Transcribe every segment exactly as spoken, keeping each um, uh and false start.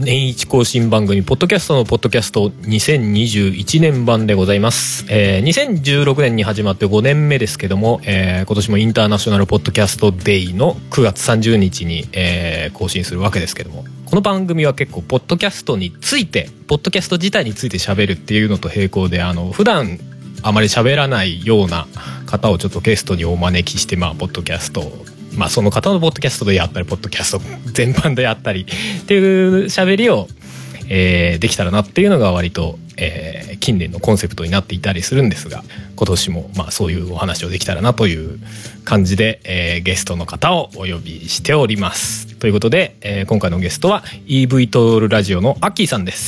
年一更新番組ポッドキャストのポッドキャストにせんにじゅういちねん版でございます、えー、にせんじゅうろくねんに始まってごねんめですけども、えー、今年もインターナショナルポッドキャストデイのくがつさんじゅうにちに、えー、更新するわけですけども、この番組は結構ポッドキャストについてポッドキャスト自体について喋るっていうのと並行で、あの普段あまり喋らないような方をちょっとゲストにお招きして、まあポッドキャストまあその方のポッドキャストであったりポッドキャスト全般であったりっていう喋りを、えー、できたらなっていうのが割と、えー、近年のコンセプトになっていたりするんですが、今年もまあそういうお話をできたらなという感じで、えー、ゲストの方をお呼びしております。ということで、えー、今回のゲストは イーブイ トールラジオのアッキーさんです。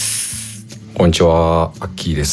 こんにちは、アッキーです。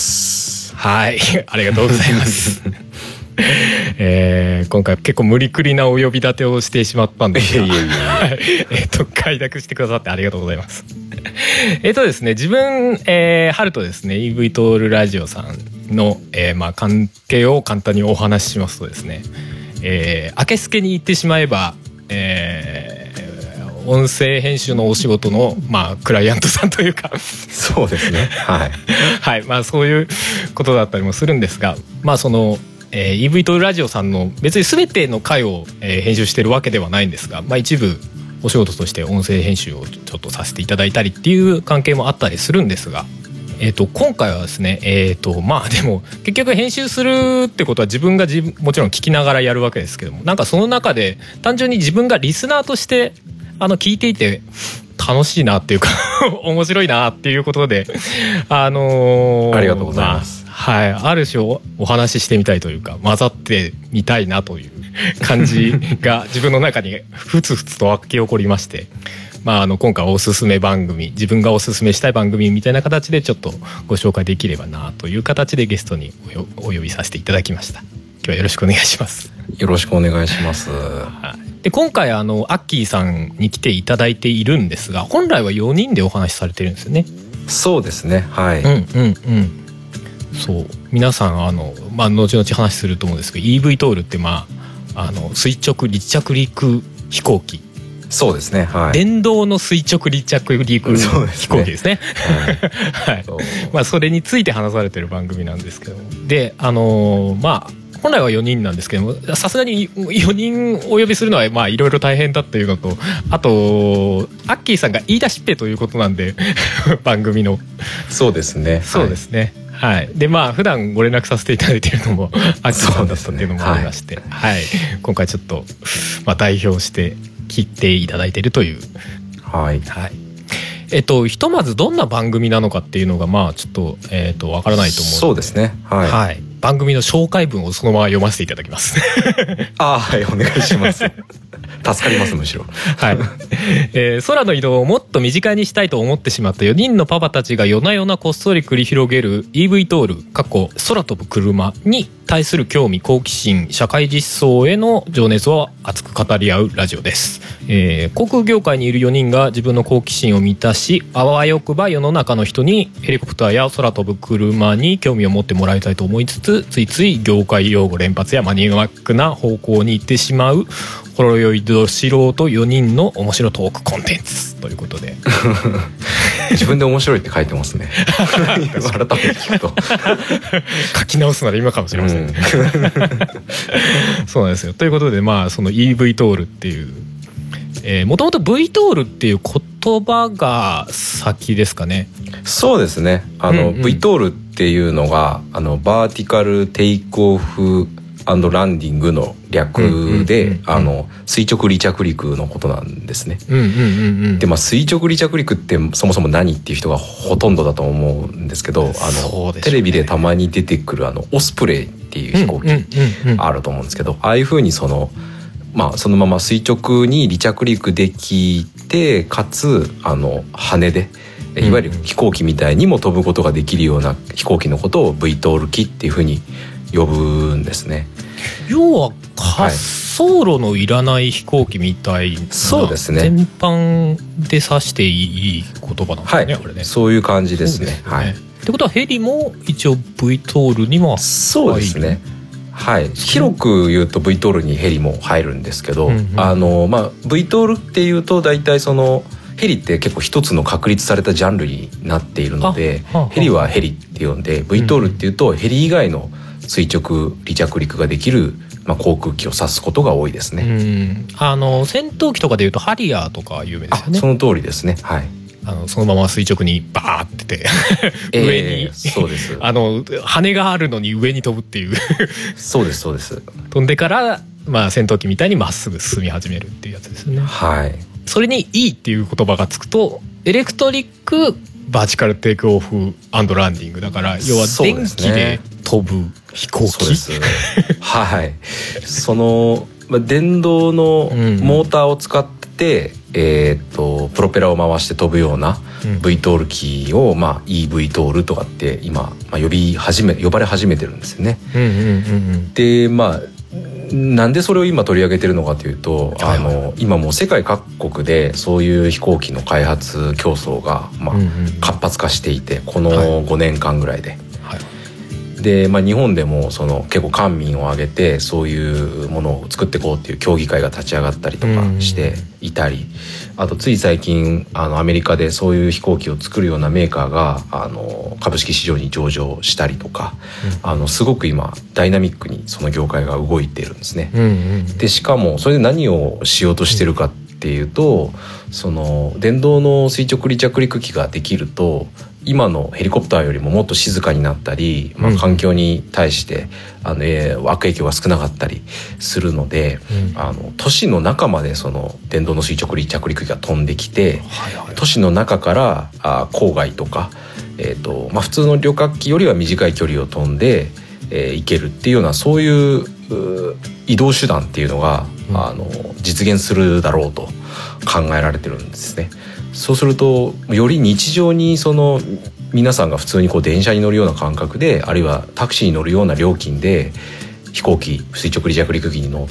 はい、ありがとうございますえー、今回結構無理くりなお呼び立てをしてしまったんですがいやいやいやえっと快諾してくださってありがとうございますえっとですね自分、えー、春とですね イーブイ トールラジオさんの、えーまあ、関係を簡単にお話ししますとですね、えー、明けすけに言ってしまえば、えー、音声編集のお仕事の、まあ、クライアントさんというかそうですねはい、 はい、まあそういうことだったりもするんですが、まあそのえー、イーブイ トールラジオさんの別に全ての回を、えー、編集してるわけではないんですが、まあ、一部お仕事として音声編集をちょっとさせていただいたりっていう関係もあったりするんですが、えー、と今回はですね、えーとまあでも結局編集するってことは自分が自分もちろん聞きながらやるわけですけども、なんかその中で単純に自分がリスナーとしてあの聞いていて楽しいなっていうか面白いなっていうことで、あのー、 ありがとうございます。 まあはい、ある種 お, お話ししてみたいというか混ざってみたいなという感じが自分の中にふつふつと湧き起こりまして、まあ、あの今回おすすめ番組、自分がおすすめしたい番組みたいな形でちょっとご紹介できればなという形でゲストに お, お呼びさせていただきました。今日はよろしくお願いします。 よろしくお願いします。 で今回あのアッキーさんに来ていただいているんですが、本来はよにんでお話しされてるんですよね。 そうですね、はい。 うんうんうん。そう皆さんあの、まあ、後々話すると思うんですけど イーブイ トールって、まあ、あの垂直離着陸飛行機、 そうですね、はい、 電動の垂直離着陸飛行機ですね、はいはい、まあ、それについて話されてる番組なんですけども、であのー、まあ本来はよにんなんですけども、さすがによにんお呼びするのはまあいろいろ大変だっていうのと、あとアッキーさんが言い出しっぺということなんで番組のそうですね、 そうですね、はい、でまあ普段ご連絡させていただいているのもアッキーさんだったっていうのもありまして、ね、はいはい、今回ちょっと、まあ、代表して聞いていただいているという、 はいはい、えっとひとまずどんな番組なのかっていうのがまあちょっとえっとわからないと思うので、 そうですね、はい、はい、 番組の紹介文をそのまま読ませていただきますあ、はい、お願いします助かります、むしろはい、えー、空の移動をもっと身近にしたいと思ってしまったよにんのパパたちが夜な夜なこっそり繰り広げる イーブイ トール過去空飛ぶ車に対する興味、好奇心、社会実装への情熱を熱く語り合うラジオです、えー、航空業界にいるよにんが自分の好奇心を満たし、あわよくば世の中の人にヘリコプターや空飛ぶ車に興味を持ってもらいたいと思いつつ、ついつい業界用語連発やマニアックな方向に行ってしまうほろ酔いど素人よにんの面白トークコンテンツということで自分で面白いって書いてますね改めて聞くと書き直すなら今かもしれません、うん、そうなんですよ。ということで、まあその イーブイ トールっていう、えー、もともと V トールっていう言葉が先ですかね。 そうですね、あの、うんうん、V トールっていうのがあのバーティカルテイクオフアンドランディングの略で、あの垂直離着陸のことなんですね、うんうんうんうん、で、まあ、垂直離着陸ってそもそも何っていう人がほとんどだと思うんですけど、あの、ね、テレビでたまに出てくるあのオスプレイっていう飛行機あると思うんですけど、ああいう風にその、まあ、そのまま垂直に離着陸できて、かつあの羽でいわゆる飛行機みたいにも飛ぶことができるような飛行機のことを V トール機っていう風に呼ぶんですね。 要は滑走路のいらない飛行機みたいな、はい、そうですね、全般で指していい言葉なんですね、はい、あれね。 そういう感じですね。 そうですね、 はい、 ってことはヘリも一応 V トールには入る。 そうですね、はい、広く言うと V トールにヘリも入るんですけど、うんうん、あのまあ、V トールっていうと大体そのヘリって結構一つの確立されたジャンルになっているので、はあはあ、ヘリはヘリって呼んで ブイトール っていうとヘリ以外の垂直離着陸ができる、まあ、航空機を指すことが多いですね。 うんあの戦闘機とかでいうとハリアーとか有名ですよね。 その通りですね。はい。 あのそのまま垂直にバーってて上に、 えー、そうですあの羽があるのに上に飛ぶっていうそうですそうです。 飛んでから、まあ、戦闘機みたいにまっすぐ進み始めるっていうやつですね。 はい。 それに E っていう言葉がつくとエレクトリックバーチカルテイクオフアンドランディングだから、要は電気で飛ぶ飛行機。 そうです、はい。その、まあ、電動のモーターを使って、うんえー、とプロペラを回して飛ぶような ブイトール 機を、まあ、イーブイトール とかって今、まあ、呼び始め呼ばれ始めてるんですよね。 うんうんうんうん、 でまあなんでそれを今取り上げてるのかというと、あの今もう世界各国でそういう飛行機の開発競争が、まあうんうん、活発化していて、このごねんかんぐらいで、はい、で、まあ、日本でもその結構官民を挙げてそういうものを作っていこうっていう協議会が立ち上がったりとかしていたり、あとつい最近あのアメリカでそういう飛行機を作るようなメーカーがあの株式市場に上場したりとか、うん、あのすごく今ダイナミックにその業界が動いているんですね。うんうん、でしかもそれで何をしようとしてるかっていうと、その電動の垂直離着陸機ができると今のヘリコプターよりももっと静かになったり、まあ、環境に対してあの、えー、悪影響が少なかったりするので、うん、あの都市の中までその電動の垂直離着陸機が飛んできて、はいはい、都市の中からあ郊外とか、えーとまあ、普通の旅客機よりは短い距離を飛んで、えー、行けるっていうようなそういう移動手段っていうのが、うん、あの実現するだろうと考えられてるんですね。そうするとより日常にその皆さんが普通にこう電車に乗るような感覚で、あるいはタクシーに乗るような料金で飛行機垂直離着陸機に乗って、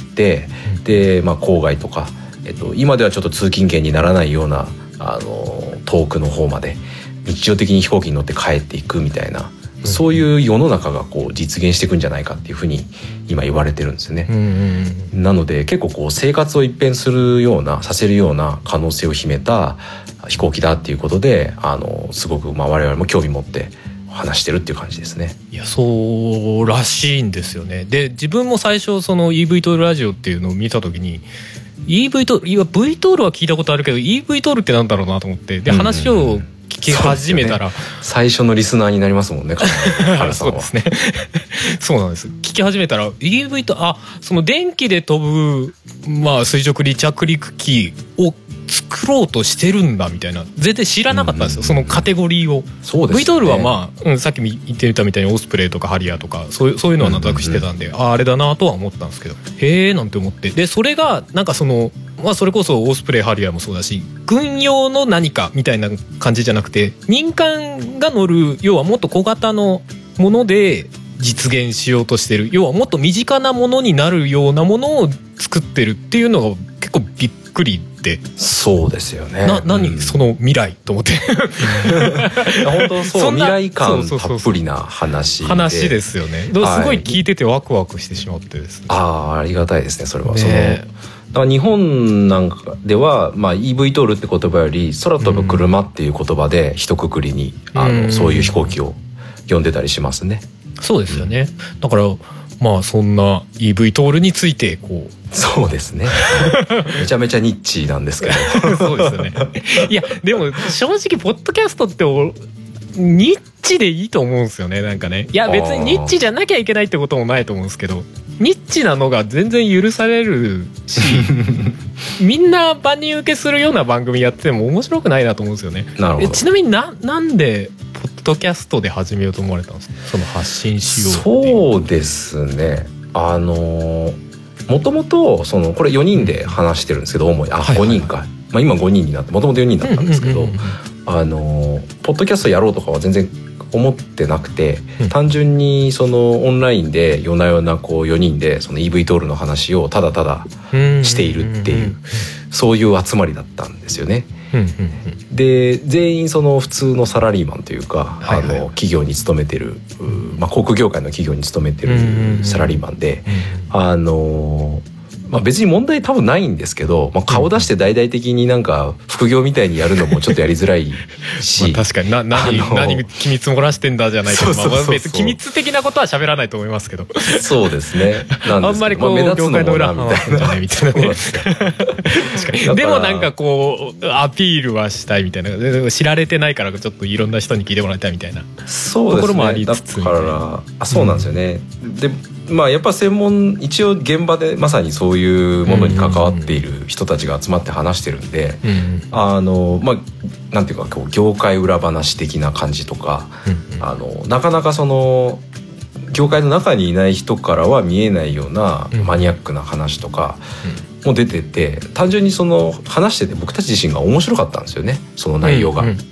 うん、で、まあ、郊外とか、えっと、今ではちょっと通勤圏にならないようなあの遠くの方まで日常的に飛行機に乗って帰っていくみたいな、うん、そういう世の中がこう実現していくんじゃないかっていうふうに今言われてるんですよね。うんうんうん、なので結構こう生活を一変するようなさせるような可能性を秘めた飛行機だっていうことで、あのすごくまあ我々も興味持って話してるっていう感じですね。 いやそうらしいんですよね。で自分も最初その イーブイ トールラジオっていうのを見た時に イーブイ トール、いや ブイトールは聞いたことあるけど イーブイ トールってなんだろうなと思って、で話を聞き始めたら、 ね、最初のリスナーになりますもんね原さんは。そうですねそうなんです。聞き始めたら イーブイ とあその電気で飛ぶ、まあ、垂直離着陸機を作ろうとしてるんだみたいな、全然知らなかったんですよ、うんうん、そのカテゴリーを。そうですね、ブイトール はまあ、うん、さっき言ってみたみたいにオスプレイとかハリアーとかそういう、そういうのはなんとなく知ってたんで、うんうんうん、あ, あれだなとは思ったんですけど、へえなんて思って、でそれがなんかその、まあ、それこそオスプレイハリアーもそうだし軍用の何かみたいな感じじゃなくて、民間が乗る要はもっと小型のもので実現しようとしてる、要はもっと身近なものになるようなものを作ってるっていうのが結構びっくりで。 そうですよね。 な何、うん、その未来と思って本当そう未来感たっぷりな話で話ですよね。すごい聞いててワクワクしてしまってですね、 はい、ああありがたいですねそれは。ね、そのだから日本なんかでは、まあ、イーブイ トールって言葉より空飛ぶ車っていう言葉で一括りに、うん、あのそういう飛行機を呼んでたりしますね。 そうですよね。だからまあそんな イーブイ トールについてこうそうですねめちゃめちゃニッチなんですけどそうですよね。いやでも正直ポッドキャストってニッチでいいと思うんですよね。なんかね、いや別にニッチじゃなきゃいけないってこともないと思うんですけど、ニッチなのが全然許されるしみんな万人受けするような番組やってても面白くないなと思うんですよね。 なるほど。 えちなみにななんでポッドキャストで始めようと思われたんですか、その発信しようっていう。 そうですね、あのもともとそのこれよにんで話してるんですけど、主にあ、はいはい、ごにんか、まあ、今ごにんになってもともとよにんだったんですけど、あのポッドキャストやろうとかは全然思ってなくて、うん、単純にそのオンラインで夜な夜なこうよにんでその イーブイ トールの話をただただしているっていう、そういう集まりだったんですよね。で全員その普通のサラリーマンというか、はいはい、あの企業に勤めてる、まあ、航空業界の企業に勤めてるサラリーマンで、あのまあ、別に問題多分ないんですけど、まあ、顔出して大々的になんか副業みたいにやるのもちょっとやりづらいしまあ確かにな何何機密漏らしてんだじゃないけど、まあ別に機密的なことは喋らないと思いますけどそうですねなんですあんまりこう、まあ、目立つのもなみたいなじゃないみたいなね確かにでもなんかこうアピールはしたいみたいな、知られてないからちょっといろんな人に聞いてもらいたいみたいなそうですね、ところもありつつだからあそうなんですよね、うん、でまあやっぱ専門一応現場でまさにそういうものに関わっている人たちが集まって話してるんで、うん、あのまあなんていうかこう業界裏話的な感じとか、うん、あのなかなかその業界の中にいない人からは見えないようなマニアックな話とかも出てて、単純にその話してて僕たち自身が面白かったんですよね、その内容が。うんうんうん、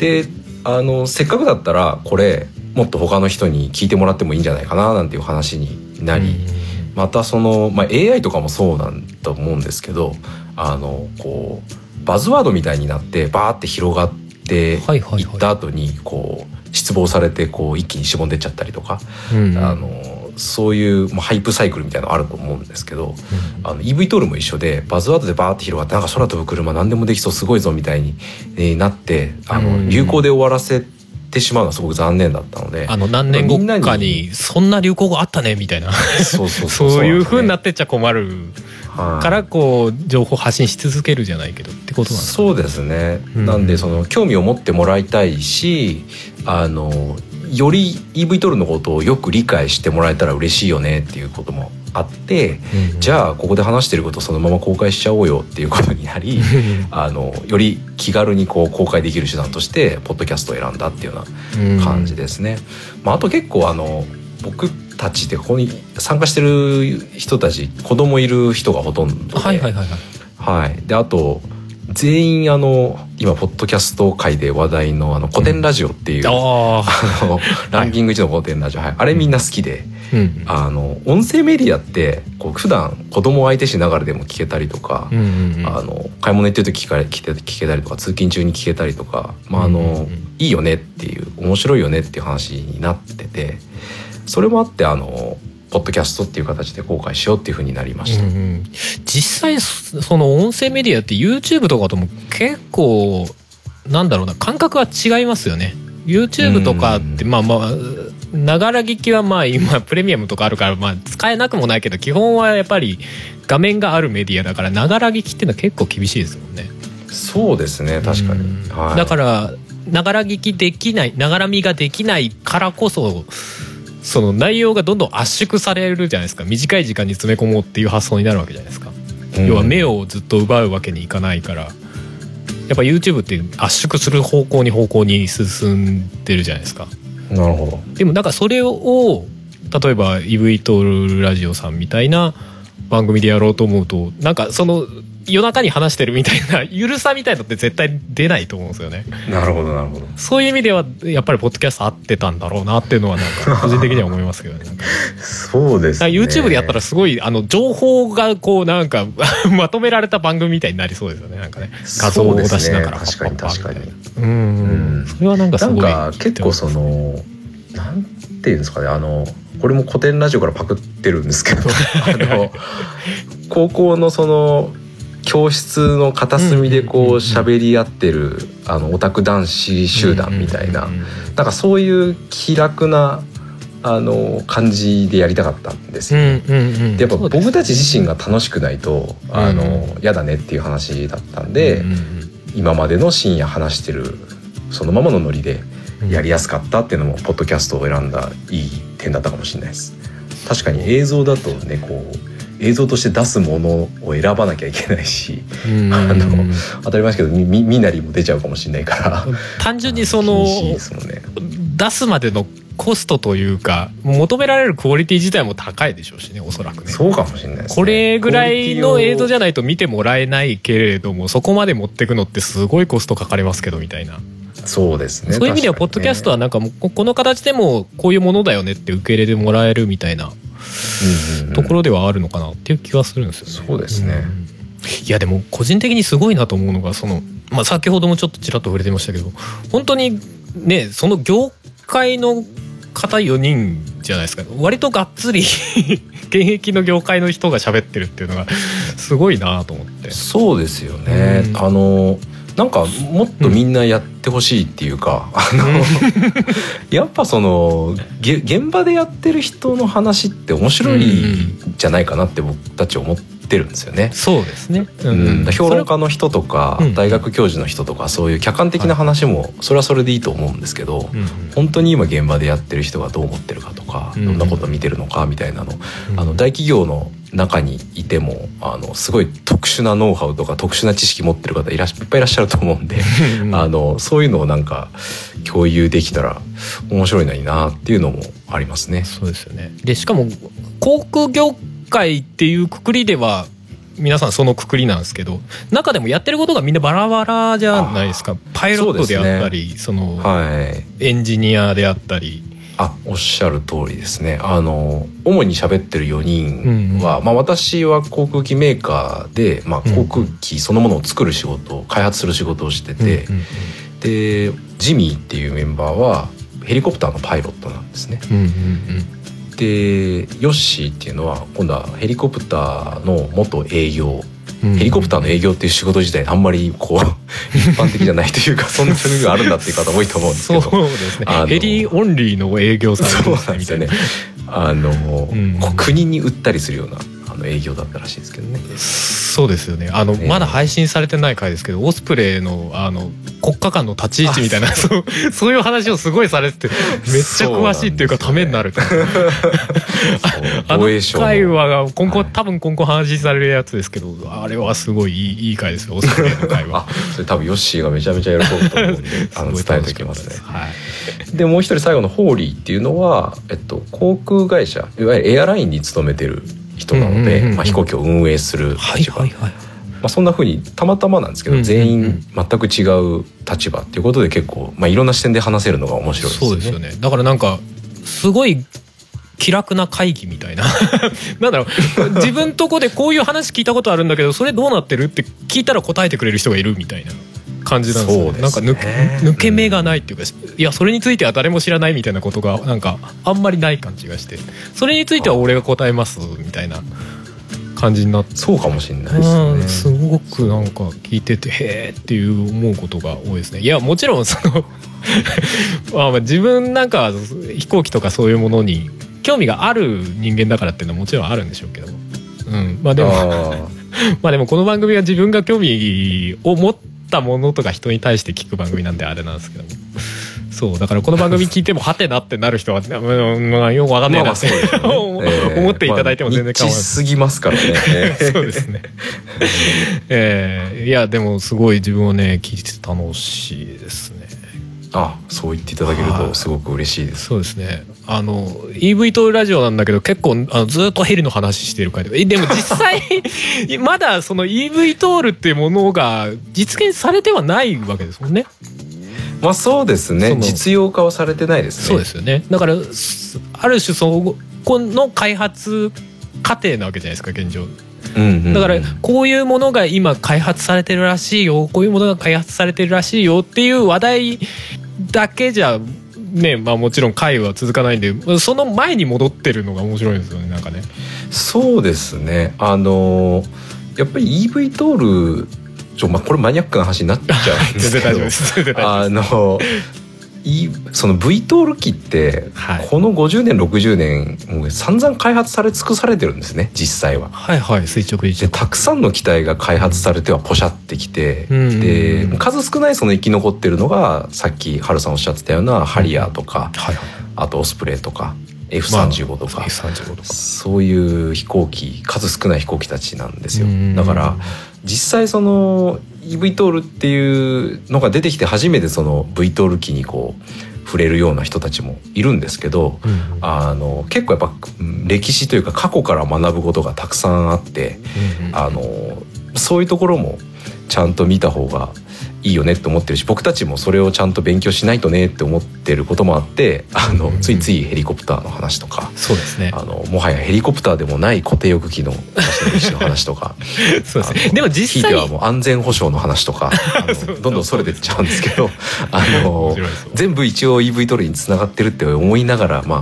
であのせっかくだったらこれもっと他の人に聞いてもらってもいいんじゃないかななんていう話になり、またその、まあ、エーアイ とかもそうなんと思うんですけど、あのこうバズワードみたいになってバーって広がっていった後にこう失望されてこう一気にしぼんでっちゃったりとか、うんうん、あのそういう、まあ、ハイプサイクルみたいなのあると思うんですけど、うん、あの イーブイ トールも一緒でバズワードでバーって広がってなんか空飛ぶ車何でもできそうすごいぞみたいに、えー、なってあの流行で終わらせてしまうのはすごく残念だったので、 あの何年後かにそんな流行があったねみたいなそうそうそうそういう風になってっちゃ困るからこう情報発信し続けるじゃないけどってことなんですか。 そうですね、うん、なんでその興味を持ってもらいたいし、あのより イーブイ トールのことをよく理解してもらえたら嬉しいよねっていうこともあって、うんうん、じゃあここで話してることをそのまま公開しちゃおうよっていうことになりあのより気軽にこう公開できる手段としてポッドキャストを選んだっていうような感じですね、うんまあ、あと結構あの僕たちでここに参加してる人たち子供いる人がほとんどで、はいはいはいはい、はい、であと全員あの今ポッドキャスト界で話題のあの古典ラジオっていう、うん、ああのランキングいちの古典ラジオ、はい、あれみんな好きで、うん、あの音声メディアってこう普段子供を相手しながらでも聞けたりとか、うんうんうん、あの買い物行ってる時聞かれ聞け聞けたりとか通勤中に聞けたりとか、まああの、うんうんうん、いいよねっていう面白いよねっていう話になってて、それもあってあのポッドキャストっていう形で公開しようっていう風になりました、うんうん、 実際その音声メディアって YouTube とかとも結構なんだろうな感覚は違いますよね。 YouTube とかってまあまあながら聞きはまあ今プレミアムとかあるからまあ使えなくもないけど基本はやっぱり画面があるメディアだからながら聞きっていうのは結構厳しいですもんね。 そうですね確かに、はい、 だからながら聞きできないながら見ができないからこそその内容がどんどん圧縮されるじゃないですか。短い時間に詰め込もうっていう発想になるわけじゃないですか、うん、要は目をずっと奪うわけにいかないからやっぱ YouTube って圧縮する方向に方向に進んでるじゃないですか。 なるほど。 でもなんかそれを例えば イーブイ トールラジオさんみたいな番組でやろうと思うとなんかその夜中に話してるみたいなゆるさみたいのって絶対出ないと思うんですよね。 なるほどなるほど。 そういう意味ではやっぱりポッドキャスト合ってたんだろうなっていうのはなんか個人的には思いますけどね。なんかそうですね。 YouTube でやったらすごいあの情報がこうなんかまとめられた番組みたいになりそうですよね。なんかね画像を出しながらパッパッパッ確かに確かに。うん、うん、それはなんかすごいなんか結構そのなんていうんですかね、あのこれも古典ラジオからパクってるんですけどあの高校のその教室の片隅でこう喋り合ってるあのオタク男子集団みたいな、なんかそういう気楽なあの感じでやりたかったんですよ、ね、うんうんうん、でやっぱ僕たち自身が楽しくないとあの嫌だねっていう話だったんで、うんうんうん、今までの深夜話してるそのままのノリでやりやすかったっていうのもポッドキャストを選んだいい点だったかもしれないです。確かに映像だとねこう映像として出すものを選ばなきゃいけないし、うんあの当たり前ですけどみみなりも出ちゃうかもしれないから単純にその、ね、出すまでのコストというか求められるクオリティ自体も高いでしょうしね、おそらくね。 そうかもしれないですね。 これぐらいの映像じゃないと見てもらえないけれどもそこまで持ってくのってすごいコストかかりますけどみたいな。 そうですね。 そういう意味ではポッドキャストはなんかもうこの形でもこういうものだよねって受け入れてもらえるみたいなところではあるのかなっていう気はするんですよね。 そうですね、うん、 いやでも個人的にすごいなと思うのがその、まあ、先ほどもちょっとちらっと触れてましたけど本当にねその業界の方よにんじゃないですか。割とがっつり現役の業界の人が喋ってるっていうのがすごいなと思って。 そうですよね、うん、あのなんかもっとみんなやってほしいっていうか、うん、あのやっぱその現場でやってる人の話って面白いんじゃないかなって僕たち思ってるんですよね。 そうですね、 うんうん、評論家の人とか大学教授の人とかそういう客観的な話もそれはそれでいいと思うんですけど、うんうん、本当に今現場でやってる人がどう思ってるかとか、うんうん、どんなことを見てるのかみたいなの、うん、あの大企業の中にいてもあのすごい特殊なノウハウとか特殊な知識持ってる方いらっしゃいっぱいいらっしゃると思うんであのそういうのをなんか共有できたら面白いのになっていうのもありますね。 そうですよね。でしかも航空業界っていうくくりでは皆さんそのくくりなんですけど、中でもやってることがみんなバラバラじゃないですか。パイロットであったり そ,、ね、その、はい、エンジニアであったり。 あ、おっしゃる通りですね。あの主に喋ってるよにんは、うんうん、まあ、私は航空機メーカーで、まあ、航空機そのものを作る仕事、開発する仕事をしてて、うんうんうん、でジミーっていうメンバーはヘリコプターのパイロットなんですね、うんうんうん、でヨッシーっていうのは今度はヘリコプターの元営業、うんうん、ヘリコプターの営業っていう仕事自体あんまりこう一般的じゃないというかそんな種類があるんだっていう方多いと思うんですけどそうですね、ヘリオンリーの営業さんそうなんですよね。あの、うん、国に売ったりするようなあの営業だったらしいですけどね。 そうですよね。あの、ね、まだ配信されてない回ですけどオスプレイのあの国家間の立ち位置みたいなそうそういう話をすごいされててめっちゃ詳しいっていうかためになるあの回は今後、はい、多分今後話されるやつですけどあれはすごいいい、いい回ですよオスプレイの回は。 あ、それ多分ヨッシーがめちゃめちゃ喜ぶと思うんであの伝えておきますね。はい、でもう一人最後のホーリーっていうのは、えっと、航空会社いわゆるエアラインに勤めてる人なので、まあ、飛行機を運営する立場、はいはいはい、まあ、そんな風にたまたまなんですけど、うんうんうん、全員全く違う立場っていうことで結構、まあ、いろんな視点で話せるのが面白いですね。 そうですよね。だからなんかすごい気楽な会議みたいななんだろう自分とこでこういう話聞いたことあるんだけどそれどうなってるって聞いたら答えてくれる人がいるみたいな感じなんですよ。そうですね。なんか抜け、抜け目がないっていうか、うん、いやそれについては誰も知らないみたいなことがなんかあんまりない感じがしてそれについては俺が答えますみたいな感じになってそうかもしれないですね、 うん、すごくなんか聞いててへーっていう思うことが多いですね。いやもちろんそのまあ自分なんか飛行機とかそういうものに興味がある人間だからっていうのはもちろんあるんでしょうけど、うん、まあでもまあでもこの番組は自分が興味を持ったものとか人に対して聞く番組なんであれなんですけども、そうだからこの番組聞いてもハテナってなる人は、まあ、よくわかんないなって、まあまあねえー、思っていただいても全然構わない。 ニッチすぎますからねそうですね、えー、いやでもすごい自分はね聞いてて楽しいですね。 あ、そう言っていただけるとすごく嬉しいです。 そうですね。あの イーブイ トールラジオなんだけど結構あのずっとヘリの話してる回で、でも実際まだその イーブイ トールっていうものが実現されてはないわけですもんね。 まあそうですね。実用化はされてないですね。 そうですよね。だからある種そこの開発過程なわけじゃないですか現状。うんうんうん、だからこういうものが今開発されてるらしいよ、こういうものが開発されてるらしいよっていう話題だけじゃね、まあもちろん会は続かないんで、その前に戻ってるのが面白いですよね、なんかね。そうですね。 あのやっぱり イーブイ トールちょ、まあ、これマニアックな話になっちゃうんですけど全然大丈夫です。あのその ブイ トール機って、はい、このごじゅうねんろくじゅうねんもう散々開発され尽くされてるんですね実際は。 はいはい、垂直離着でたくさんの機体が開発されてはポシャってきて、うん、で数少ないその生き残ってるのがさっきハルさんおっしゃってたようなハリアーとか、うんはいはい、あとオスプレイとか エフさんじゅうご とか、まあ、エフさんじゅうご とかそういう飛行機数少ない飛行機たちなんですよ。だから実際その イーブイ トールっていうのが出てきて初めてその ブイ トール機にこう触れるような人たちもいるんですけど、うん、あの結構やっぱ歴史というか過去から学ぶことがたくさんあって、うん、あのそういうところもちゃんと見た方がいいよねって思ってるし、僕たちもそれをちゃんと勉強しないとねって思ってることもあって、あの、うんうん、ついついヘリコプターの話とか、 そうですね、 あのもはやヘリコプターでもない固定翼機のの話とかそうですね。でも実際ひいてはもう安全保障の話とかあのどんどんそれてっちゃうんですけどあの全部一応 イーブイ トールにつながってるって思いながらまあ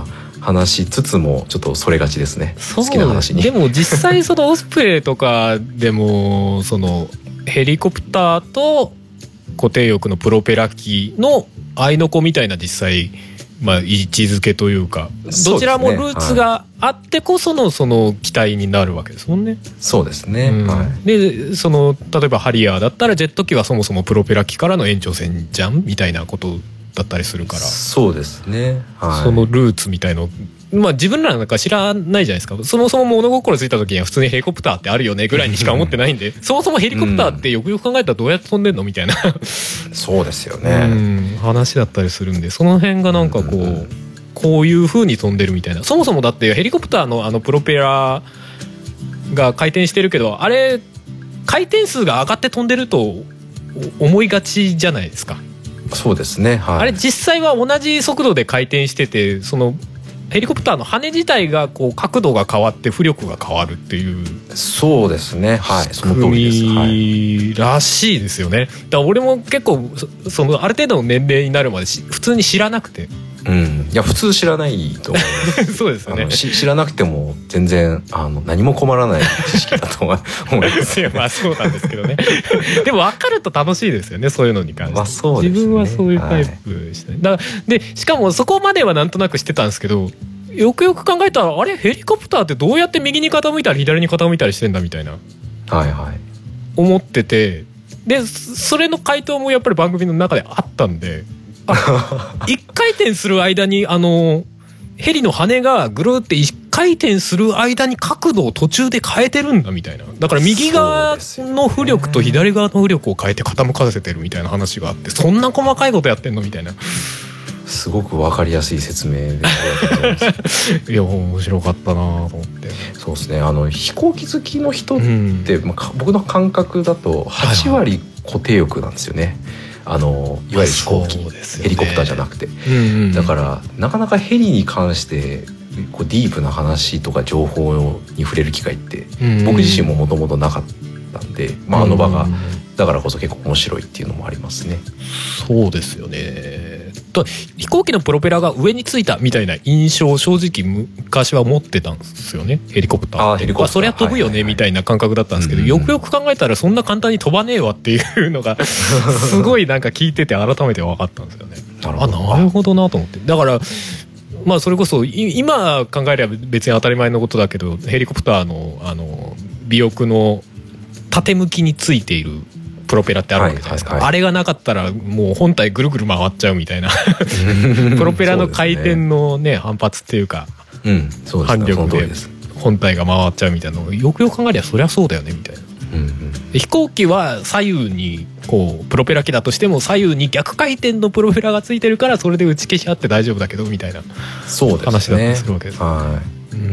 話しつつもちょっとそれがちですね。好きな話に。 でも実際そのオスプレイとかでもそのヘリコプターと固定翼のプロペラ機の合いの子みたいな実際、まあ、位置づけというかどちらもルーツがあってこそのその機体になるわけですもんね。 そうですね、 うんはい、 でその例えばハリアーだったらジェット機はそもそもプロペラ機からの延長線じゃんみたいなことだったりするから、 そうですね、はい、 そのルーツみたいのまあ自分らなんか知らないじゃないですか。そもそも物心ついた時には普通にヘリコプターってあるよねぐらいにしか思ってないんで、うん、そもそもヘリコプターってよくよく考えたらどうやって飛んでんのみたいなそうですよね、 うん、話だったりするんで、その辺がなんかこう、うん、こういう風に飛んでるみたいな。そもそもだってヘリコプターのあのプロペラが回転してるけど、あれ回転数が上がって飛んでると思いがちじゃないですか。 そうですね、はい、 あれ実際は同じ速度で回転してて、そのヘリコプターの羽自体がこう角度が変わって浮力が変わるっていう。 そうですね、はい、その通りです、はい、 らしいですよね。だから俺も結構 そ, そのある程度の年齢になるまで普通に知らなくて、 うん、いや普通知らないと思いますそうですよね。 知らなくても全然あの何も困らない知識だと思いますまあそうなんですけどねでも分かると楽しいですよね、そういうのに関して、 まあそうですね、 自分はそういうタイプした、はい、だからでしかもそこまではなんとなく知ってたんですけど、よくよく考えたらあれヘリコプターってどうやって右に傾いたり左に傾いたりしてんだみたいな、 はいはい、 思ってて、でそれの回答もやっぱり番組の中であったんで、一回転する間にあのヘリの羽がぐるって一回転する間に角度を途中で変えてるんだみたいな。だから右側の浮力と左側の浮力を変えて傾かせてるみたいな話があって、そんな細かいことやってんのみたいな。すごく分かりやすい説明でいや面白かったなと思って。 そうですね、あの飛行機好きの人って、うん、まあ、僕の感覚だとはちわり固定翼なんですよね、はいはい、あのいわゆる飛行機、ね、ヘリコプターじゃなくて、うんうん、だからなかなかヘリに関してこうディープな話とか情報に触れる機会って、うんうん、僕自身ももともとなかったんで、まあ、あの場が、うんうん、だからこそ結構面白いっていうのもありますね。 そうですよね。と飛行機のプロペラが上についたみたいな印象を正直昔は持ってたんですよね、ヘリコプターって。あヘリコプター、そりゃ飛ぶよね、はいはいはい、みたいな感覚だったんですけど、うんうん、よくよく考えたらそんな簡単に飛ばねえわっていうのがすごいなんか聞いてて改めて分かったんですよね。なるほど、あなるほどなと思って。だからまあそれこそ今考えれば別に当たり前のことだけど、ヘリコプターのあの尾翼の縦向きについているプロペラってあるわけじゃないですか、はいはいはい、あれがなかったらもう本体ぐるぐる回っちゃうみたいなプロペラの回転のね反発っていうか、うん、そうですね、反力で本体が回っちゃうみたいなのをよくよく考えりゃそりゃそうだよねみたいな、うんうん、で飛行機は左右にこうプロペラ機だとしても左右に逆回転のプロペラがついてるからそれで打ち消し合って大丈夫だけどみたいな話だったりするわけです、はい、うん、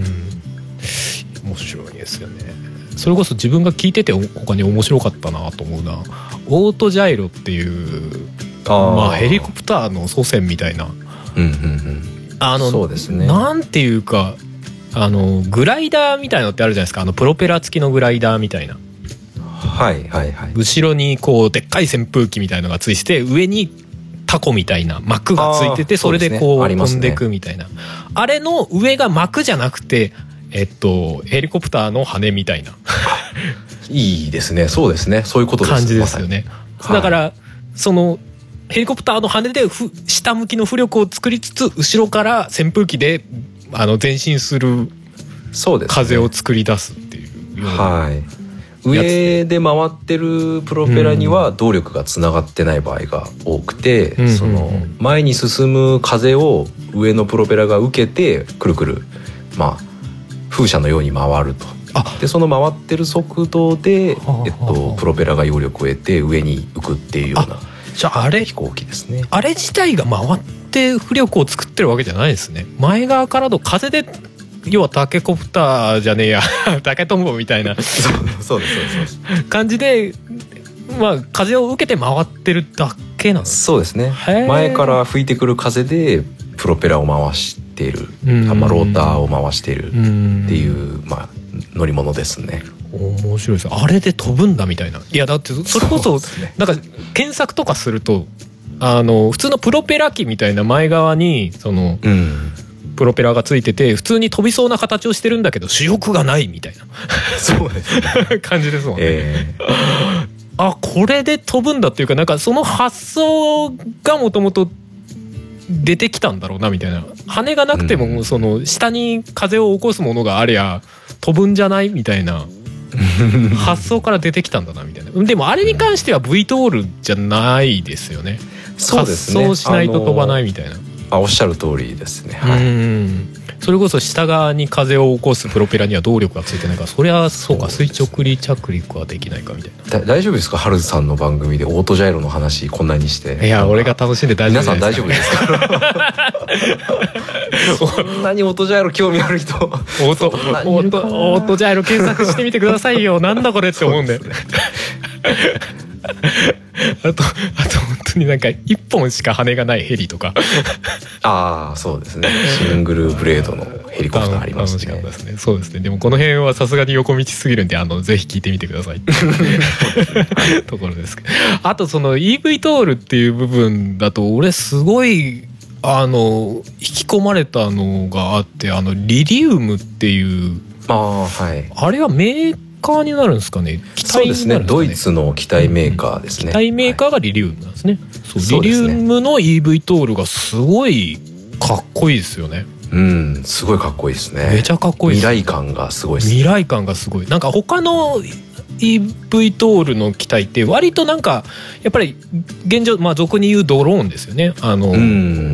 面白いですよね。それこそ自分が聞いてて他に面白かったなと思うな、オートジャイロっていうあ、まあ、ヘリコプターの祖先みたいな、うんうんうん、あのそうですね、なんていうかあのグライダーみたいなのってあるじゃないですか、あのプロペラ付きのグライダーみたいな、 はいはいはい、 後ろにこうでっかい扇風機みたいなのがついて上にタコみたいな膜がついてて、それでこう飛んでくみたいな、 あ,、ね、あれの上が膜じゃなくてえっと、ヘリコプターの羽みたいないいですね、そうですね、そういうことです感じですよね、ま、だから、はい、そのヘリコプターの羽でふ下向きの浮力を作りつつ後ろから扇風機であの前進する風を作り出すっていうような、はい、 上で回ってるプロペラには動力がつながってない場合が多くて、うん、その前に進む風を上のプロペラが受けてくるくるまあ風車のように回ると。でその回ってる速度で、えっと、プロペラが揚力を得て上に浮くっていうようなじゃああれ飛行機ですね。 あれ自体が回って浮力を作ってるわけじゃないですね。前側からの風で要はタケコプターじゃねえやタケトンボみたいなそうですそうです感じで、まあ、風を受けて回ってるだけなんです。 そうですね。前から吹いてくる風でプロペラを回している、まあ、ローターを回しているっていう、まあ、乗り物ですね。 面白いです。あれで飛ぶんだみたいな。いやだってそれこそ、ね、なんか検索とかするとあの普通のプロペラ機みたいな前側にその、うん、 プロペラがついてて普通に飛びそうな形をしてるんだけど主翼がないみたいなそうですね感じですもんね、 えー、 あこれで飛ぶんだっていうかなんかその発想がもともと出てきたんだろうなみたいな。羽がなくてもその下に風を起こすものがありゃ飛ぶんじゃないみたいな発想から出てきたんだなみたいな。でもあれに関しては ブイトールじゃないですよね。 そうですね、 発想しないと飛ばないみたいな。 あおっしゃる通りですね、はい、 うんそれこそ下側に風を起こすプロペラには動力がついてないからそりゃそうか垂直離着陸はできないかみたいな。 だ大丈夫ですか、ハルさんの番組でオートジャイロの話こんなにして。 いや俺が楽しんで大丈夫ですか、 皆さん大丈夫ですかそんなにオートジャイロ興味ある人オートオートオートジャイロ検索してみてくださいよなんだこれって思うんであとあと本当になんか一本しか羽がないヘリとかああそうですね、シングルブレードのヘリコプターありますね。 楽しかったですね。そうですね。でもこの辺はさすがに横道すぎるんであのぜひ聞いてみてくださいところですけど、あとその イーブイ トールっていう部分だと俺すごいあの引き込まれたのがあって、あのリリウムっていうああはいあれはメーカーになるんですかね。機体になるんですかね。 そうですね、ドイツの機体メーカーですね、 機体メーカーがリリウムなんですね、はい、そうそうですね、 リリウムの イーブイ トールがすごいかっこいいですよね。 うんすごいかっこいいですね。 めちゃかっこいいです、 未来感がすごいです、ね、 未来感がすごい。なんか他の イーブイ トールの機体って割となんかやっぱり現状まあ俗に言うドローンですよね。あの、うん、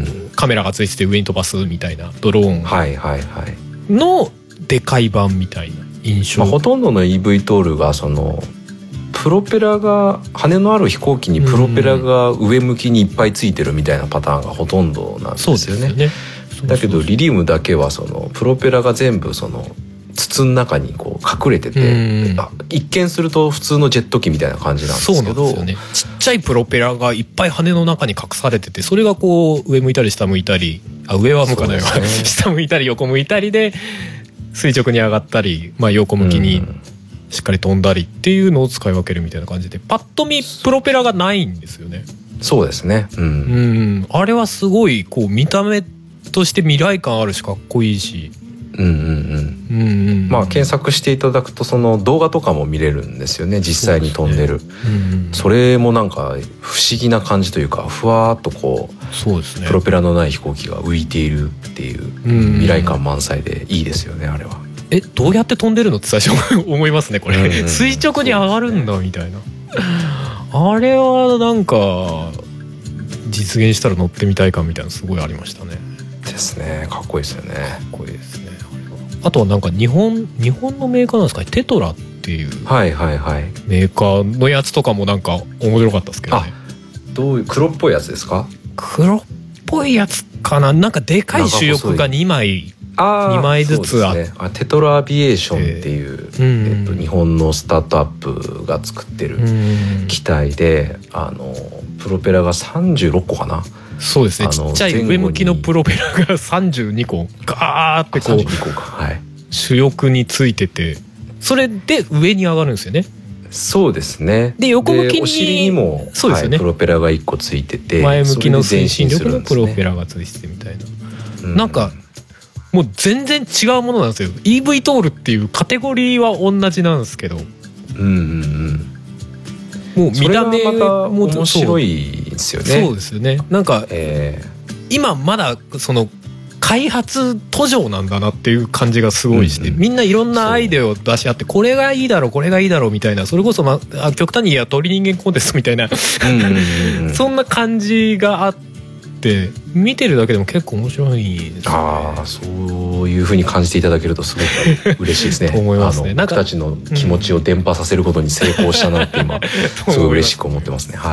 カメラがついてて上に飛ばすみたいなドローンはいはいはいのでかい版みたいな印象、 まあ、ほとんどの イーブイ トールがそのプロペラが羽のある飛行機にプロペラが上向きにいっぱいついてるみたいなパターンがほとんどなんですよね。 そうですよね。 だけどリリウムだけはそのプロペラが全部その筒の中にこう隠れてて、あ一見すると普通のジェット機みたいな感じなんですけど、 そうなんですよね。ちっちゃいプロペラがいっぱい羽の中に隠されてて、それがこう上向いたり下向いたり、あ上は向かないわ、ね、下向いたり横向いたりで垂直に上がったり、まあ、横向きにしっかり飛んだりっていうのを使い分けるみたいな感じで、パッと見プロペラがないんですよね。 そうですね、うん、 うんあれはすごいこう見た目として未来感あるしかっこいいし、 うんうんうんうんうん、まあ検索していただくとその動画とかも見れるんですよね、実際に飛んでる。 そ,、ねうんうん、それもなんか不思議な感じというか、ふわーっとこう、そうですね、プロペラのない飛行機が浮いているっていう未来感満載でいいですよね、あれは。 えどうやって飛んでるのって最初思いますねこれ、うんうん、垂直に上がるんだみたいな。あれはなんか実現したら乗ってみたい感みたいなのすごいありましたね。 ですね、かっこいいですよね。かっこいいですね。あとはなんか日本日本のメーカーなんですかね、テトラっていうはいはいはいメーカーのやつとかもなんか面白かったですけどね。 あどういう黒っぽいやつですか？ 黒っぽいやつかな。なんかでかい主翼がにまいあにまいずつあって、 ね、あテトラアビエーションっていう、えーえっと、日本のスタートアップが作ってる機体で、あのプロペラがさんじゅうろっこかな。 そうですね、ちっちゃい上向きのプロペラがさんじゅうにこガーってこうはい、 主翼についてて、それで上に上がるんですよね。 そうですね。 で横向きにお尻にもそうですよね、はい、プロペラがいっこついてて、 前向きの推進力のプロペラがついててみたいな、うん、なんかもう全然違うものなんですよ。 イーブイ トールっていうカテゴリーは同じなんですけど、うんうんうんもう見た目もまた面白いですよね。 そうですよね。なんか、えー、今まだその開発途上なんだなっていう感じがすごいして、うんうん、みんないろんなアイデアを出し合って、これがいいだろうこれがいいだろうみたいな、それこそ、まあ、極端に言えば鳥人間コンテストみたいなうんうん、うん、そんな感じがあって、見てるだけでも結構面白いですね。 ああ、そういう風に感じていただけるとすごく嬉しいですね。 と思いますね。 あの僕たちの気持ちを伝播させることに成功したなって今、うん、すごい嬉しく思ってますね。はい。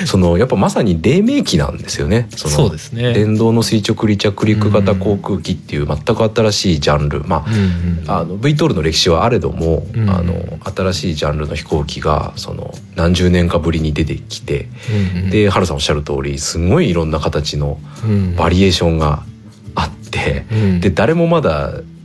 そのやっぱまさに黎明期なんですよね。そのそうですね。 電動の垂直離着陸型航空機っていう全く新しいジャンル、まあ、うんうん、あの ブイトールの歴史はあれども、うんうん、あの新しいジャンルの飛行機がその何十年かぶりに出てきて、うんうん、で、ハルさんおっしゃる通り、すごいいろんな形のバリエーションがあって、うん、で誰もまだ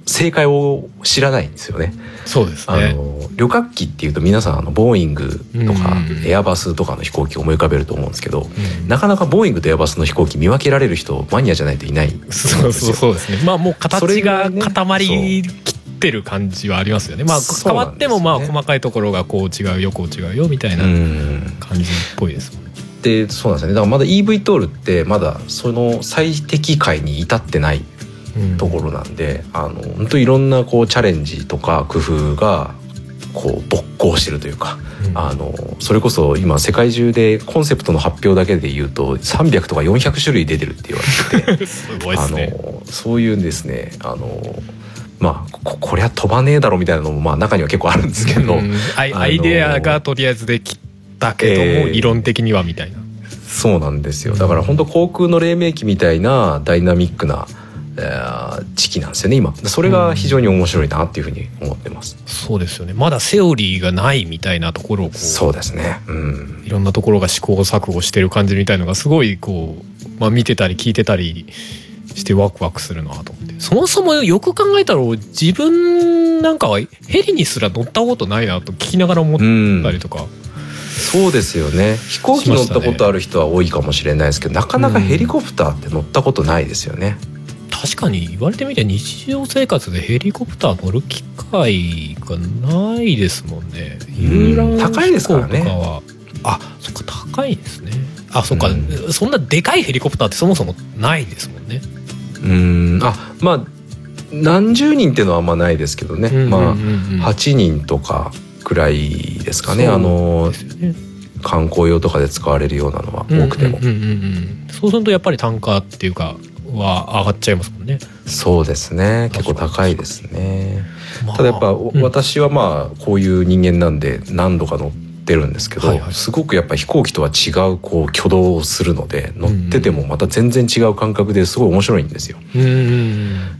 正解を知らないんですよね。 そうですね。 あの旅客機っていうと皆さんあのボーイングとかエアバスとかの飛行機を思い浮かべると思うんですけど、うん、なかなかボーイングとエアバスの飛行機見分けられる人マニアじゃないといないんですよ。 そうそうそうですね。まあもう形が固まりきってる感じはありますよね。まあ変わってもまあ細かいところがこう違うよこう違うよみたいな感じっぽいですもんね。 でそうなんですよね。だからまだ イーブイ トールってまだその最適解に至ってないところなんで、うん、あの本当いろんなこうチャレンジとか工夫がこう没効してるというか、うん、あのそれこそ今世界中でコンセプトの発表だけで言うとさんびゃくとかよんひゃく種類出てるって言われててすごいですね。 あのそういうんですね、あのまあ こ, こりゃ飛ばねえだろみたいなのもまあ中には結構あるんですけど、うん、 アイ、アイデアがとりあえずできたけども、えー、理論的にはみたいな。 そうなんですよ。だから本当航空の黎明期みたいなダイナミックな時期なんですよね今。それが非常に面白いなっていうふうに思ってます、 うん、そうですよね。まだセオリーがないみたいなところをこうそうですね、うん、 いろんなところが試行錯誤してる感じみたいのがすごいこう、まあ、見てたり聞いてたりしてワクワクするなと思って。そもそもよく考えたら自分なんかはヘリにすら乗ったことないなと聞きながら思ったりとか、うん、 そうですよね。飛行機乗ったことある人は多いかもしれないですけど、なかなかヘリコプターって乗ったことないですよね、 うん、確かに言われてみて日常生活でヘリコプター乗る機会がないですもんね。遊覧飛行とかは、高いですからね。あ、そっか高いですね。あ、そっか、うん、そんなでかいヘリコプターってそもそもないですもんね。 うーん、あ、まあ何十人っていうのはあんまないですけどね、うんうんうんうん、まあはちにんとかくらいですかね。あの観光用とかで使われるようなのは多くても、うんうんうんうん、 そうするとやっぱり単価っていうかは上がっちゃいますもんね。 そうですね、結構高いですね、まあ、ただやっぱ、うん、私はまあこういう人間なんで何度か乗ってるんですけど、はいはい、すごくやっぱ飛行機とは違うこう挙動をするので、乗っててもまた全然違う感覚ですごい面白いんですよ、うんうん、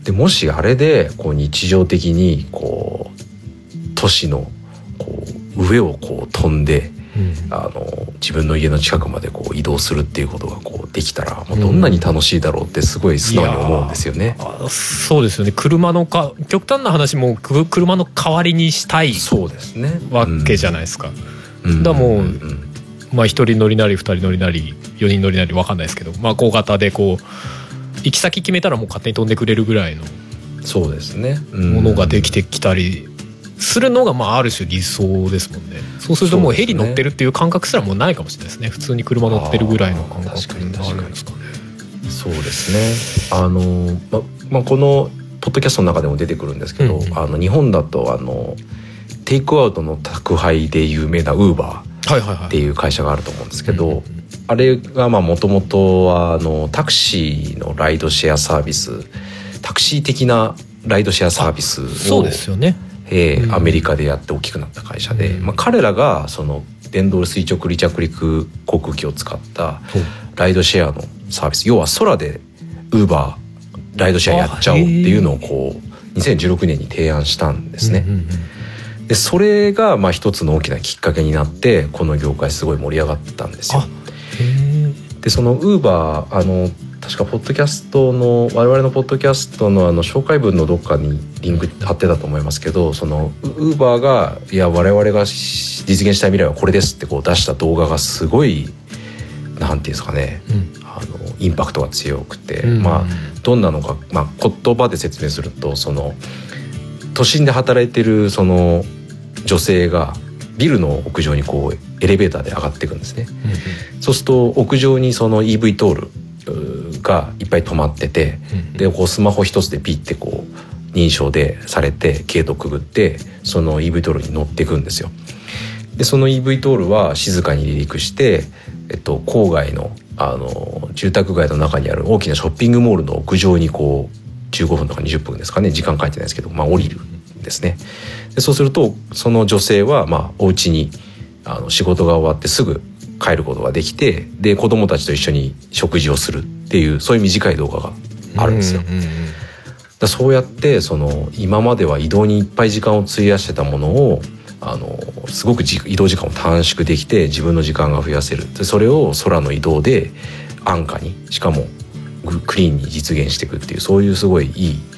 でもしあれでこう日常的にこう都市のこう上をこう飛んで、うん、あの自分の家の近くまでこう移動するっていうことがこうできたらもうどんなに楽しいだろうってすごい素直に思うんですよね、 うん、そうですよね。車のか極端な話も車の代わりにしたいそうですねわけじゃないですか、うん、だからもう、うん、まあひとり乗りなりふたり乗りなりよにん乗りなり分かんないですけど、まあ小型でこう行き先決めたらもう勝手に飛んでくれるぐらいのそうですね、 ものができてきたりするのがまあある種理想ですもんね。そうするともうヘリ乗ってるっていう感覚すらもうないかもしれないですね。普通に車乗ってるぐらいの感覚になるんですかね。 そうですね。あの、ままあ、このポッドキャストの中でも出てくるんですけど、うんうん、あの日本だとあのテイクアウトの宅配で有名なウーバーっていう会社があると思うんですけど、あれがもともとはあのタクシーのライドシェアサービス、タクシー的なライドシェアサービスをそうですよね、 えーうん、アメリカでやって大きくなった会社で、うんまあ、彼らがその電動垂直離着陸航空機を使ったライドシェアのサービス、要は空でウーバーライドシェアやっちゃおうっていうのをこうにせんじゅうろくねんに提案したんですね、うんうんうん、でそれがまあ一つの大きなきっかけになってこの業界すごい盛り上がったんですよ。でそのウーバーあの確かポッドキャストの我々のポッドキャストのあの紹介文のどっかにリンク貼ってたと思いますけど、そのウーバーがいや我々が実現したい未来はこれですってこう出した動画がすごいなんていうんですかね、うん、あのインパクトが強くて、うん、まあどんなのか、まあ、言葉で説明するとその都心で働いてるその女性がビルの屋上にこうエレベーターで上がっていくんですね、うん、そうすると屋上にその イーブイ トールがいっぱい止まってて、うん、でこうスマホ一つでピッてこう認証でされてゲートくぐってその イーブイ トールに乗っていくんですよ。でその イーブイ トールは静かに離陸して、えっと、郊外の、あの住宅街の中にある大きなショッピングモールの屋上にこうじゅうごふんとかにじゅっぷんですかね、時間書いてないですけど、まあ、降りるんですね。でそうするとその女性はまあお家にあの仕事が終わってすぐ帰ることができて、で子供たちと一緒に食事をするっていうそういう短い動画があるんですよ、うんうんうん、だそうやってその今までは移動にいっぱい時間を費やしてたものをあのすごく移動時間を短縮できて自分の時間が増やせる。でそれを空の移動で安価にしかもクリーンに実現していくっていうそういうすごいいい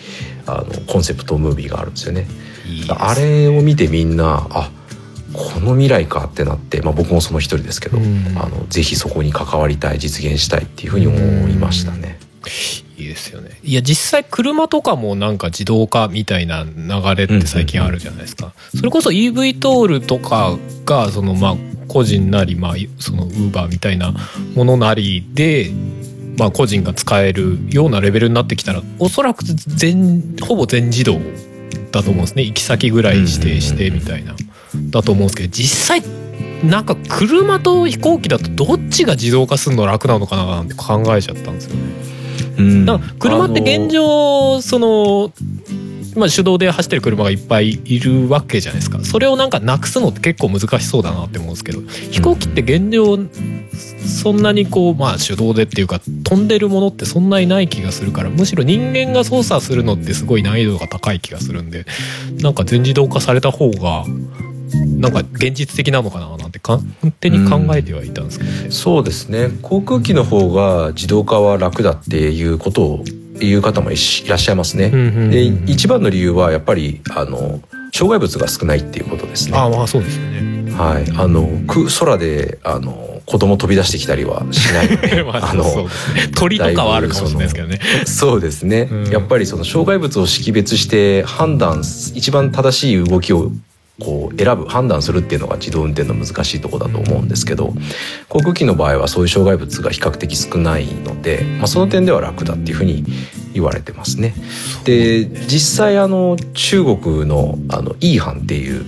あのコンセプトムービーがあるんですよね。 いいですね。 あれを見てみんなあこの未来かってなって、まあ、僕もその一人ですけど、うん、あのぜひそこに関わりたい実現したいっていうふうに思いましたね。 いいですよね。いや実際車とかもなんか自動化みたいな流れって最近あるじゃないですか、うんうんうん、それこそ イーブイ トールとかがそのまあ個人なりまあその Uber みたいなものなりでまあ個人が使えるようなレベルになってきたらおそらく全ほぼ全自動だと思うんですね。行き先ぐらい指定してみたいなだと思うんですけど、実際なんか車と飛行機だとどっちが自動化するの楽なのかななんて考えちゃったんですよね。うん、だから車って現状その、まあ、手動で走ってる車がいっぱいいるわけじゃないですか。それをなんかなくすのって結構難しそうだなって思うんですけど、飛行機って現状そんなにこうまあ手動でっていうか飛んでるものってそんなにない気がするから、むしろ人間が操作するのってすごい難易度が高い気がするんで、なんか全自動化された方がなんか現実的なのかななんて勝手に考えてはいたんですけどね、 うん、そうですね。航空機の方が自動化は楽だっていうことを言う方もいらっしゃいますね、うんうんうんうん、で一番の理由はやっぱりあの障害物が少ないっていうことですね。 ああまあそうですよね。 はい、あの空であの子供飛び出してきたりはしないのでまああのそうですね、 鳥とかはあるかもしれないですけどね。 そうですね、うん、やっぱりその障害物を識別して判断一番正しい動きをこう選ぶ判断するっていうのが自動運転の難しいところだと思うんですけど、航空機の場合はそういう障害物が比較的少ないので、まあ、その点では楽だっていうふうに言われてますね。で実際あの中国のあのイーハンっていう、うん、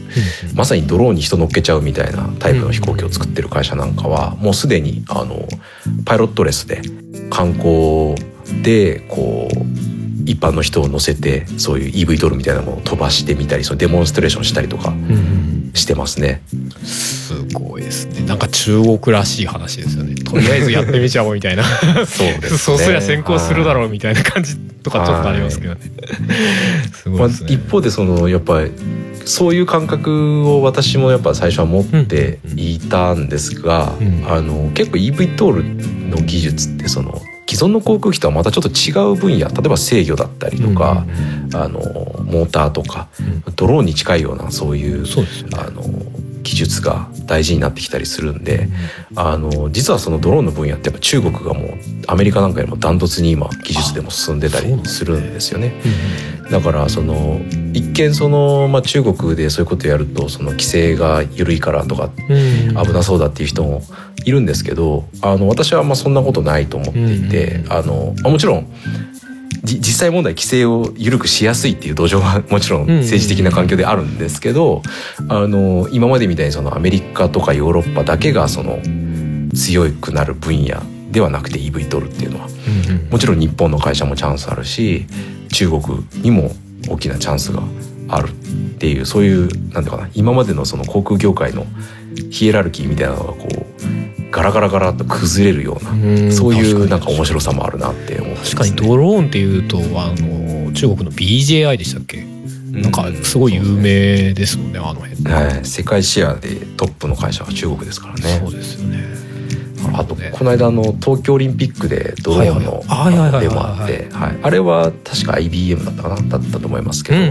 まさにドローンに人乗っけちゃうみたいなタイプの飛行機を作ってる会社なんかはもうすでにあのパイロットレスで観光でこう一般の人を乗せてそういう イーブイ ドルみたいなものを飛ばしてみたり、そのデモンストレーションしたりとかしてますね、うん、 すごいですね。なんか中国らしい話ですよね。とりあえずやってみちゃおうみたいなそうですね、そうすりゃ先行するだろうみたいな感じとかちょっとありますけどね、すごいですね。 まあ、一方でそのやっぱりそういう感覚を私もやっぱ最初は持っていたんですが、うんうん、あの結構 イーブイ トールの技術ってその既存の航空機とはまたちょっと違う分野、例えば制御だったりとか、うんうん、あのモーターとか、うん、ドローンに近いようなそういう、そうですよね、あの技術が大事になってきたりするんで、うん、あの実はそのドローンの分野ってやっぱ中国がもうアメリカなんかよりもダントツに今技術でも進んでたりするんですよね。だからその一見その、まあ、中国でそういうことやるとその規制が緩いからとか危なそうだっていう人もいるんですけど、あの私はまあそんなことないと思っていて、あのもちろん実際問題規制を緩くしやすいっていう土壌はもちろん政治的な環境であるんですけど、あの今までみたいにそのアメリカとかヨーロッパだけがその強くなる分野ではなくて イーブイ トールっていうのはもちろん日本の会社もチャンスあるし中国にも大きなチャンスがあるっていう、そういうなんていうかな、今までのその航空業界のヒエラルキーみたいなのがこうガラガラガラっと崩れるような、うそういうなんか面白さもあるなって思ってますね。 確かにドローンっていうとあの中国の ビージェーアイ でしたっけ、なんかすごい有名ですもんね、あの辺、 はい、世界シェアでトップの会社は中国ですからね。 そうですよね。 あとこの間の東京オリンピックでドローンのデモあって、あれは確か アイビーエム だったかなだったと思いますけど、うんうんうん、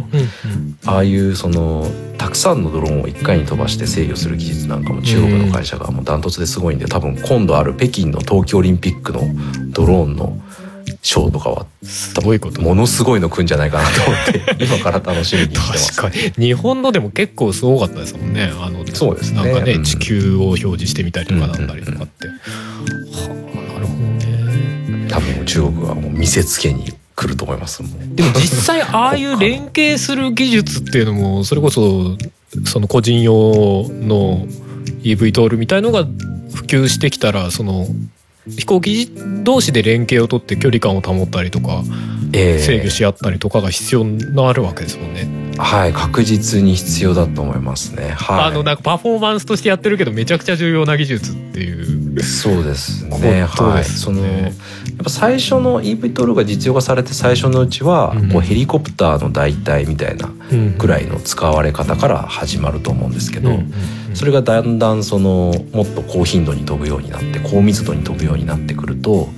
ああいうそのたくさんのドローンを一回に飛ばして制御する技術なんかも中国の会社がもうダントツですごいんで、多分今度ある北京の冬季オリンピックのドローンのショーとかはすごいことものすごいの来んじゃないかなと思って今から楽しみにしてます。 確かに日本のでも結構すごかったですもんね。あのそうですね、 なんかね、 うん、 地球を表示してみたりとかなんだりとかって、うんうんうん、はあ、なるほどね。 多分中国はもう見せつけに来ると思いますもん。 でも実際ああいう連携する技術っていうのもそれこそその個人用の イーブイ トールみたいのが普及してきたら、その飛行機同士で連携を取って距離感を保ったりとか、えー、制御し合ったりとかが必要になるわけですもんね。 はい、確実に必要だと思いますね。はい、 あのなんかパフォーマンスとしてやってるけどめちゃくちゃ重要な技術っていう。 そうですね。はい。そのやっぱ最初の イーブイ トールが実用化されて最初のうちは、うん、こうヘリコプターの代替みたいなくらいの使われ方から始まると思うんですけど、うんうんうん、それがだんだんそのもっと高頻度に飛ぶようになって高密度に飛ぶようになってくると、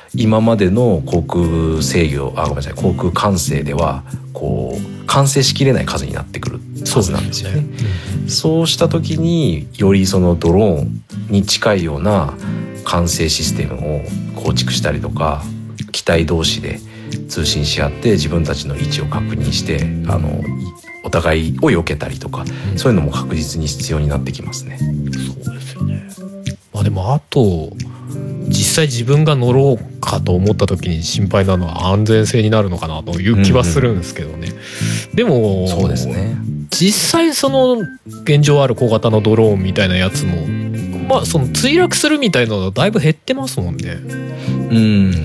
今までの航空制御あごめんなさい航空管制ではこう完成しきれない数になってくるはずなんですよね。そうですね。うん、そうした時によりそのドローンに近いような管制システムを構築したりとか、機体同士で通信し合って自分たちの位置を確認してあのお互いを避けたりとか、うん、そういうのも確実に必要になってきますね。 そうですよね。まあでもあと実際自分が乗ろうかと思った時に心配なのは安全性になるのかなという気はするんですけどね。うんうん、でもそうですね。 実際その現状ある小型のドローンみたいなやつもまあその墜落するみたいなのはだいぶ減ってますもんね。 うん、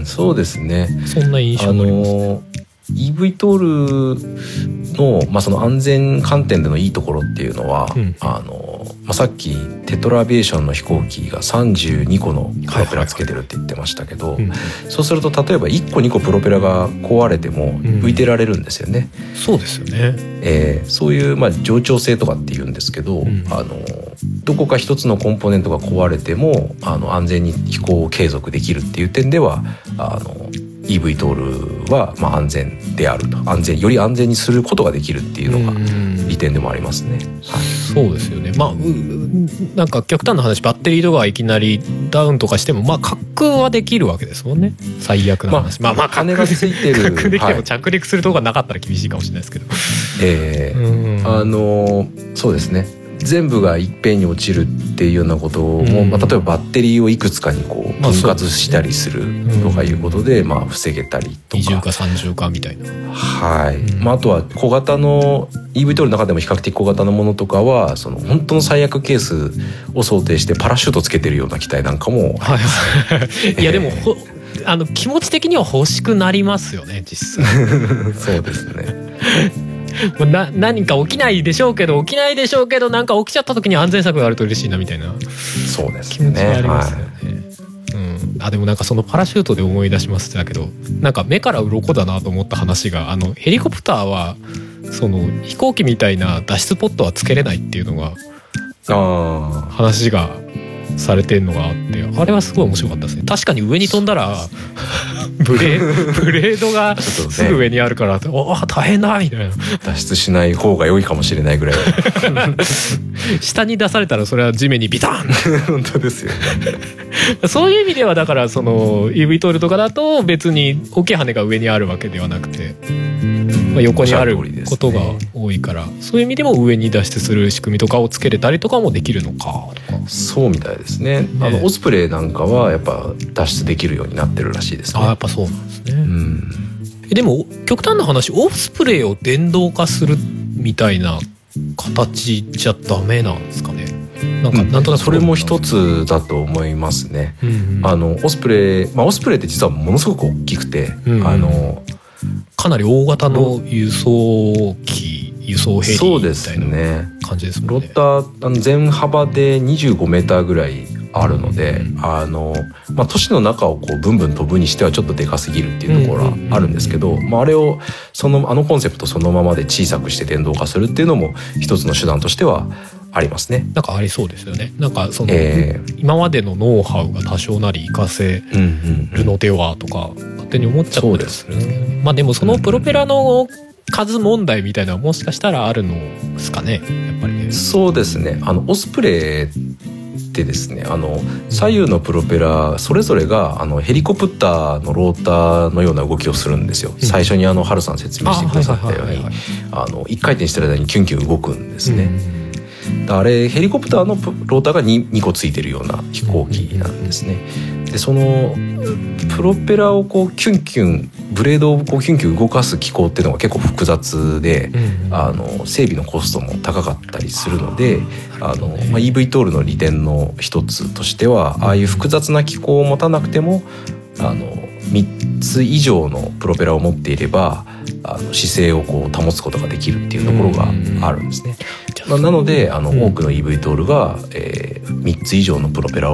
そうですね。 そんな印象がありますね。 あの イーブイ トールの、まあ、その安全観点でのいいところっていうのは、うん、あのまあ、さっきテトラアビエーションの飛行機がさんじゅうにこのプロペラつけてるって言ってましたけど、はいはいはい、そうすると例えばいっこにこプロペラが壊れても浮いてられるんですよね。 うん、そうですよね。 えー、そういう、まあ、冗長性とかって言うんですけど、うん、あのどこか一つのコンポーネントが壊れてもあの安全に飛行を継続できるっていう点ではあのイーブイ トールはまあ安全であると、安全より安全にすることができるっていうのが利点でもありますね。はい、 そうですよね。まあなんか極端な話バッテリーとかいきなりダウンとかしてもまあ滑空はできるわけですもんね。最悪な話。まあまあ羽がついてる滑空できても着陸するとこがなかったら厳しいかもしれないですけど。 えー、あのそうですね。全部がいっぺんに落ちるっていうようなことも、うんまあ、例えばバッテリーをいくつかにこう分割したりするとかいうことで、まあ、防げたりとかに重かさん重かみたいな、 はい、うんまあ、あとは小型の イーブイ トールの中でも比較的小型のものとかはその本当の最悪ケースを想定してパラシュートつけてるような機体なんかもあります、 はい、いやでもほあの気持ち的には欲しくなりますよね実際そうですねな何か起きないでしょうけど起きないでしょうけどなんか起きちゃった時に安全策があると嬉しいなみたいなそうですね気持ちがありますよね、はいうん、あでもなんかそのパラシュートで思い出しましたけどなんか目から鱗だなと思った話があのヘリコプターはその飛行機みたいな脱出ポットはつけれないっていうのがあ話がされてるのがあってあれはすごい面白かったですね。確かに上に飛んだらブレブレードがすぐ上にあるからおお大変だみたいな脱出しない方が良いかもしれないぐらい下に出されたらそれは地面にビタン本当ですよねそういう意味ではだからその イーブイ トールとかだと別に大きい羽が上にあるわけではなくて、まあ、横にあることが多いから、ね、そういう意味でも上に脱出する仕組みとかをつけれたりとかもできるのかとかそうみたいですね。あのオスプレイなんかはやっぱ脱出できるようになってるらしいですね。 あやっぱそうなんですね、 うん、 でも極端な話オスプレイを電動化するみたいな形じゃダメなんですかね。なんかなんとなくそれも一つだと思いますね、うんうん、あのオスプレイ、まあ、オスプレイって実はものすごく大きくて、うんうん、あのかなり大型の輸送機輸送ヘリみたいな感じですもんね。 ロッターあの全幅でにじゅうごメーターぐらいあるので、うん、あのまあ、都市の中をこうブンブン飛ぶにしてはちょっとでかすぎるっていうところはあるんですけど、まあ、あれをそのあのコンセプトそのままで小さくして電動化するっていうのも一つの手段としてはありますね。 なんかありそうですよね。なんかその、えー、今までのノウハウが多少なり活かせるのではとか勝手に思っちゃったりする、ね。まあでもそのプロペラの数問題みたいなのはもしかしたらあるのですかね。やっぱりね。 そうですね。あのオスプレイってですね、あの左右のプロペラそれぞれがあのヘリコプターのローターのような動きをするんですよ。うん、最初にあのハルさん説明してくださったように、あの一回転してる間にキュンキュン動くんですね。うんあれヘリコプターのローターが 2, にこついてるような飛行機なんですね。でそのプロペラをこうキュンキュンブレードをこうキュンキュン動かす機構っていうのが結構複雑で、うんうん、あの整備のコストも高かったりするのであの、まあ、イーブイ トールの利点の一つとしてはああいう複雑な機構を持たなくてもあのみっつ以上のプロペラを持っていればあの姿勢をこう保つことができるっていうところがあるんですね。まあ、なのであの、うん、多くの イーブイ トールが、えー、みっつ以上のプロペラを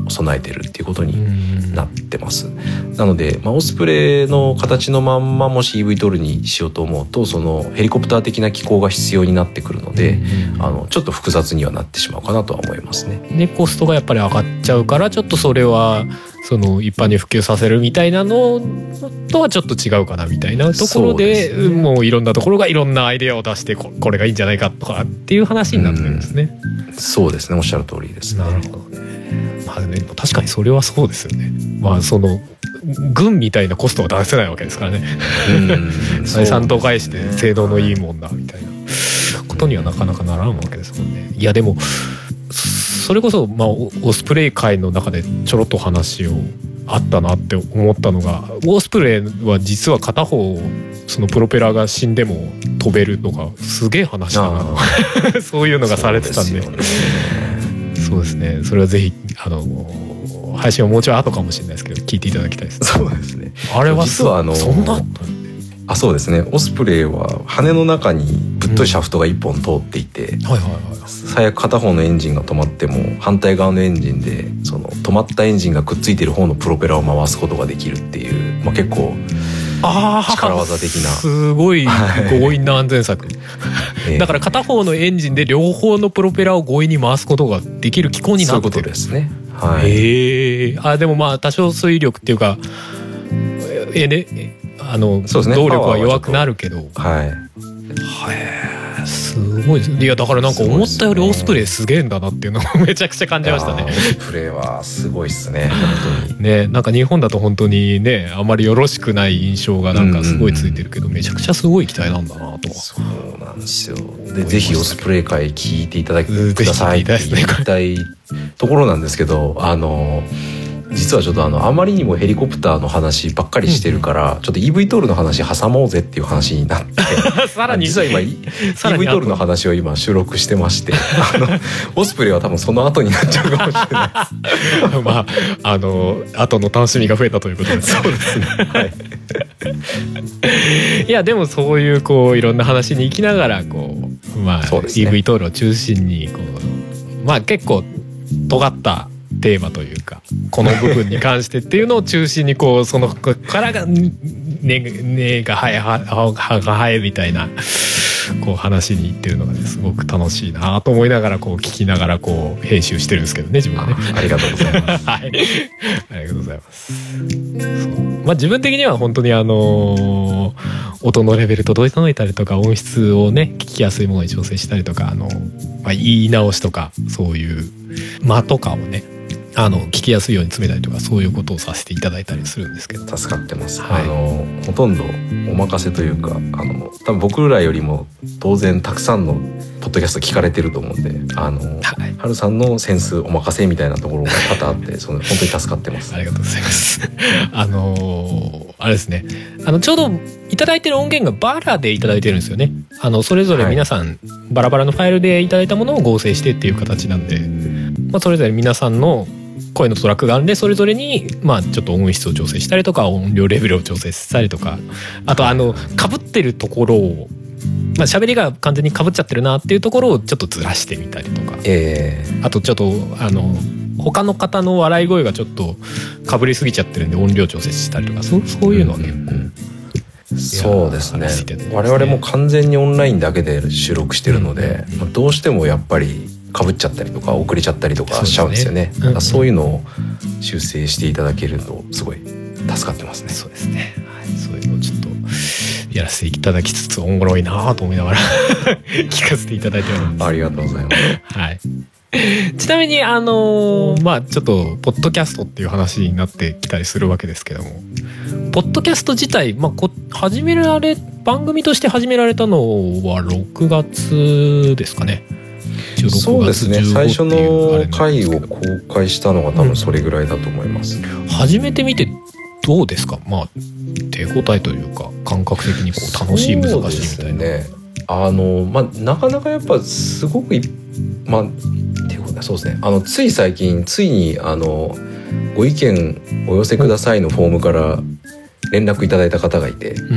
備えてるっていうことになってます。なので、まあ、オスプレイの形のまんまもし イーブイ トールにしようと思うとそのヘリコプター的な機構が必要になってくるので、あのちょっと複雑にはなってしまうかなとは思いますね。 でコストがやっぱり上がっちゃうからちょっとそれはその一般に普及させるみたいなのとはちょっと違うかなみたいなところ で, で、ね、もういろんなところがいろんなアイデアを出してここれがいいんじゃないかとかっていう話になってるんですね。 うん、そうですね、おっしゃる通りですね。なるほどね。 まあね、確かにそれはそうですよね。まあその軍みたいなコストは出せないわけですからね。採算と返して性能のいいもんだみたいなことにはなかなかならんわけですもんね。いやでもそれこそ、まあ、オスプレイ界の中でちょろっと話をあったなって思ったのがオスプレイは実は片方そのプロペラが死んでも飛べるとかすげえ話だなそういうのがされてたんでそうですね、それはぜひあの配信はもうちょい後かもしれないですけど聞いていただきたいです。 そうですね、 あれは実はあのそんなあそうですね、オスプレイは羽の中にぶっといシャフトがいっぽん通っていて、うんはいはいはい、最悪片方のエンジンが止まっても反対側のエンジンでその止まったエンジンがくっついている方のプロペラを回すことができるっていう、まあ、結構力技的なすごい強引な安全策、はい、だから片方のエンジンで両方のプロペラを強引に回すことができる機構になってる。 そういうことですね、はい、 へえ。あでもまあ多少推力っていうかえねあの、ね、動力は弱くなるけど、 はい、 はいすごいです。いやだからなんか思ったよりオスプレイすげえんだなっていうのをめちゃくちゃ感じましたね。 オスプレイはすごいっすね本当にね。なんか日本だと本当にねあまりよろしくない印象がなんかすごいついてるけど、うんうん、めちゃくちゃすごい機体なんだなと。 そうなんですよ。でぜひオスプレイ会聞いていただきくださいって言いたいところなんですけど、あの実はちょっとあのあまりにもヘリコプターの話ばっかりしてるから、うん、ちょっと イーブイ トールの話挟もうぜっていう話になってさらに実は今 イーブイ トールの話を今収録してましてあのオスプレイは多分その後になっちゃうかもしれないですまああの後の楽しみが増えたということですそうですね、はいいやでもそういうこういろんな話に行きながらこう、まあ、そうですね、イーブイ トールを中心にこう、まあ、結構尖ったテーマというかこの部分に関してっていうのを中心にこうそのからが根、ね、が生え葉が生えみたいなこう話にいってるのがねすごく楽しいなと思いながらこう聞きながらこう編集してるんですけどね自分はね。 ありがとうございます。 はい、ありがとうございます。まあ自分的には本当にあの音のレベル届いたりとか音質をね聞きやすいものに調整したりとかあの、まあ、言い直しとかそういう間とかをねあの聞きやすいように詰めたりとかそういうことをさせていただいたりするんですけど助かってます、はい、あのほとんどお任せというかあの多分僕らよりも当然たくさんのポッドキャスト聞かれてると思うんであの、はい、はるさんのセンスお任せみたいなところが多々あってその本当に助かってます。 ありがとうございますあのー、あれですねあのちょうどいただいてる音源がバラでいただいてるんですよね。あのそれぞれ皆さんバラバラのファイルでいただいたものを合成してっていう形なんで、まあ、それぞれ皆さんの声のトラックがあるんでそれぞれにまあちょっと音質を調整したりとか音量レベルを調整したりとかあとあの被ってるところをまあ喋りが完全に被っちゃってるなっていうところをちょっとずらしてみたりとか、えー、あとちょっとあの他の方の笑い声がちょっと被りすぎちゃってるんで音量調整したりとかそう、そういうのは結構、うんうん、そうですね。我々も完全にオンラインだけで収録してるので、うん、どうしてもやっぱりかぶっちゃったりとか遅れちゃったりとかしちゃうんですよね。そうですね、うんうん、そういうのを修正していただけるとすごい助かってますね。 そうですね、はい、そういうのをちょっとやらせていただきつつおもろいなと思いながら聞かせていただいております。 ありがとうございます、 はい、ちなみにあのー、まあちょっとポッドキャストっていう話になってきたりするわけですけどもポッドキャスト自体、まあ、こ始められ番組として始められたのはろくがつですかね。 そうですね、最初の回を公開したのが多分それぐらいだと思います、 うん、始めてみてどうですか。まあ手応えというか感覚的にこう楽しい難しいみたいな。 ね、あのまあなかなかやっぱすごくいまあっていうことそうですねあのつい最近ついにあのご意見お寄せくださいのフォームから連絡いただいた方がいて、うんうんうん、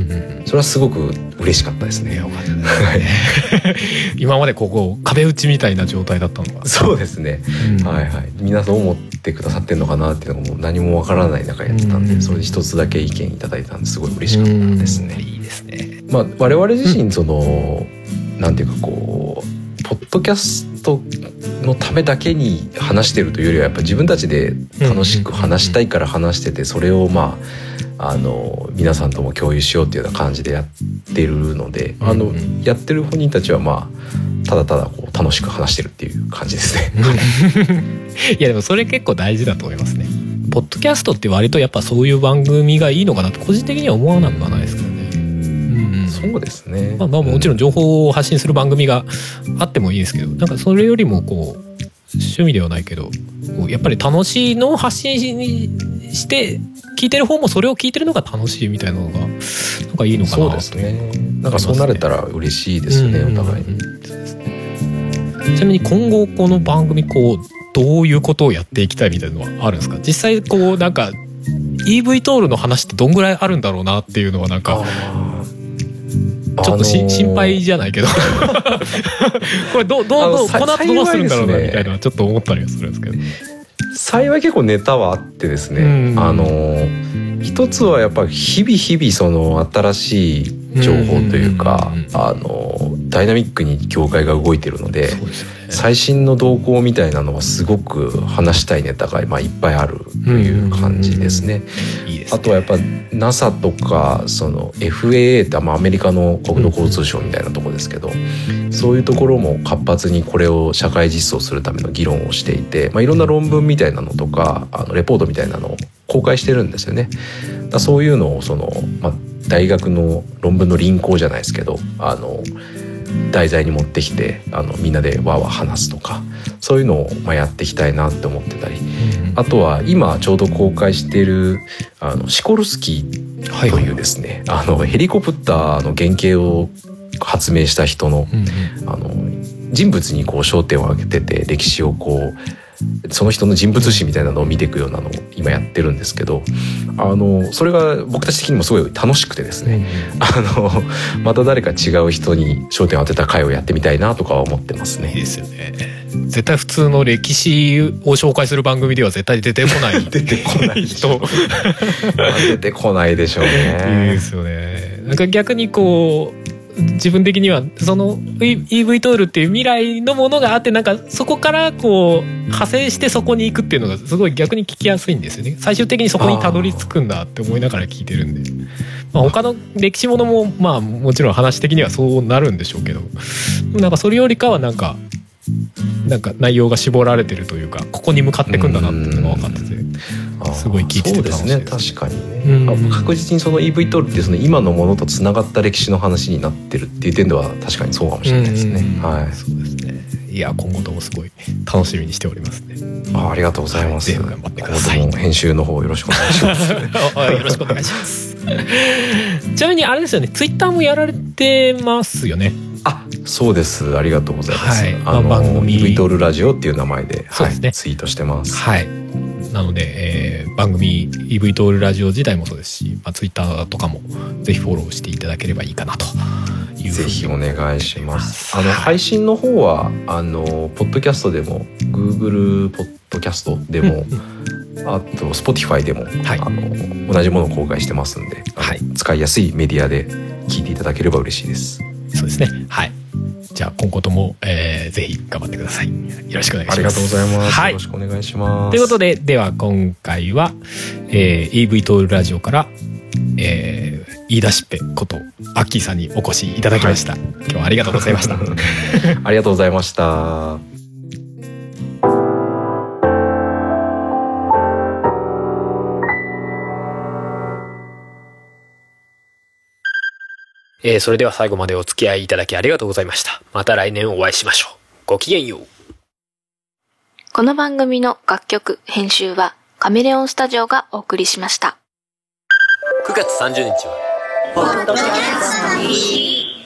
それはすごく嬉しかったですね。 よかったですね今までここ壁打ちみたいな状態だったのが。 そうですね、うん、はいはい。皆さん思ってくださってるのかなっていうのがもう何もわからない中やってたんで、うん、それで一つだけ意見いただいたんですごい嬉しかったですね。 いいですね。 まあ我々自身その、うん、なんていうかこうポッドキャストのためだけに話してるというよりはやっぱ自分たちで楽しく話したいから話してて、それをまああの皆さんとも共有しようっていうような感じでやってるので、あのやってる本人たちはまあただただこう楽しく話してるっていう感じですねいやでもそれ結構大事だと思いますね。ポッドキャストって割とやっぱそういう番組がいいのかなと個人的には思わなくはないですけどね。 そうですね、 まあ、まあもちろん情報を発信する番組があってもいいですけど、なんかそれよりもこう趣味ではないけどこうやっぱり楽しいのを発信して聞いてる方もそれを聞いてるのが楽しいみたいなのがなんかいいのかなと。 そうですね。なんかそうなれたら嬉しいですよね、お互いに。 ちなみに今後この番組こうどういうことをやっていきたいみたいなのはあるんですか？実際こうなんか イーブイ トールの話ってどんぐらいあるんだろうなっていうのはなんかちょっとし、あのー、心配じゃないけどこれどうどうどうこの後どうするんだろうなみたいなちょっと思ったりはするんですけど、 幸い結構ネタはあってですね、あのー、一つはやっぱり日々日々その新しい情報というか、あのー、ダイナミックに業界が動いてるので、そうですよね、最新の動向みたいなのはすごく話したいネタが、まあ、いっぱいあるという感じですね。いいですね。あとはやっぱ ナサ とかその エフエーエー って、まあ、アメリカの国土交通省みたいなところですけど、そういうところも活発にこれを社会実装するための議論をしていて、まあ、いろんな論文みたいなのとかあのレポートみたいなのを公開してるんですよね。だそういうのをその、まあ、大学の論文の臨考じゃないですけどあの題材に持ってきてあのみんなでわーわー話すとか、そういうのをまあやっていきたいなって思ってたり、うん、あとは今ちょうど公開しているあのシコルスキーというですね、はいはい、あのヘリコプターの原型を発明した人の、うん、あの人物にこう焦点を当ててて歴史をこうその人の人物史みたいなのを見ていくようなのを今やってるんですけど、あのそれが僕たち的にもすごい楽しくてですね、うん、あのまた誰か違う人に焦点を当てた回をやってみたいなとかは思ってますね。 いいですよね。絶対普通の歴史を紹介する番組では絶対出てこない出てこない人出てこないでしょうね。 いいですよね。なんか逆にこう自分的にはその イーブイ トールっていう未来のものがあって、なんかそこからこう派生してそこに行くっていうのがすごい逆に聞きやすいんですよね。最終的にそこにたどり着くんだって思いながら聞いてるんで、まあ、他の歴史ものもまあもちろん話的にはそうなるんでしょうけど、なんかそれよりかはなんかなんか内容が絞られてるというか、ここに向かっていくんだなっていうのが分かってて、すごい聞いてて楽しいです。 そうですね、確かにね、うん、確実にその イーブイ トールってその今のものとつながった歴史の話になってるっていう点では確かにそうかもしれないですね、うん、はい、そうですね。いや今後ともすごい楽しみにしておりますね。 あ, ありがとうございます、 はい、頑張ってください。 編集の方よろしくお願いしますよろしくお願いしますちなみにあれですよね、ツイッターもやられてますよね。 あ、そうです、ありがとうございます、はい、 あの、まあ、番組イーブイ トールラジオっていう名前で、 そうですね、 はい、ツイートしてます。 はい、なので、えー、番組 イーブイ トールラジオ自体もそうですし、まあ、ツイッターとかもぜひフォローしていただければいいかなという。ぜひお願いします。 あの配信の方はあのポッドキャストでも Google ポッドキャストでも、うん、あと Spotify でも、はい、あの同じものを公開してますんで、はい、使いやすいメディアで聞いていただければ嬉しいです。 そうですね、はい。じゃあ今後とも、えー、ぜひ頑張ってください。よろしくお願いします。 ありがとうございます、はい、よろしくお願いします。 ということで、では今回は、えー、イーブイ トールラジオから、えー、言い出しっぺことアッキーさんにお越しいただきました、はい、今日はありがとうございましたありがとうございました。 えー、それでは最後までお付き合いいただきありがとうございました。また来年お会いしましょう。ごきげんよう。 この番組の楽曲編集はカメレオンスタジオがお送りしました。 くがつさんじゅうにちはポッドキャストの日。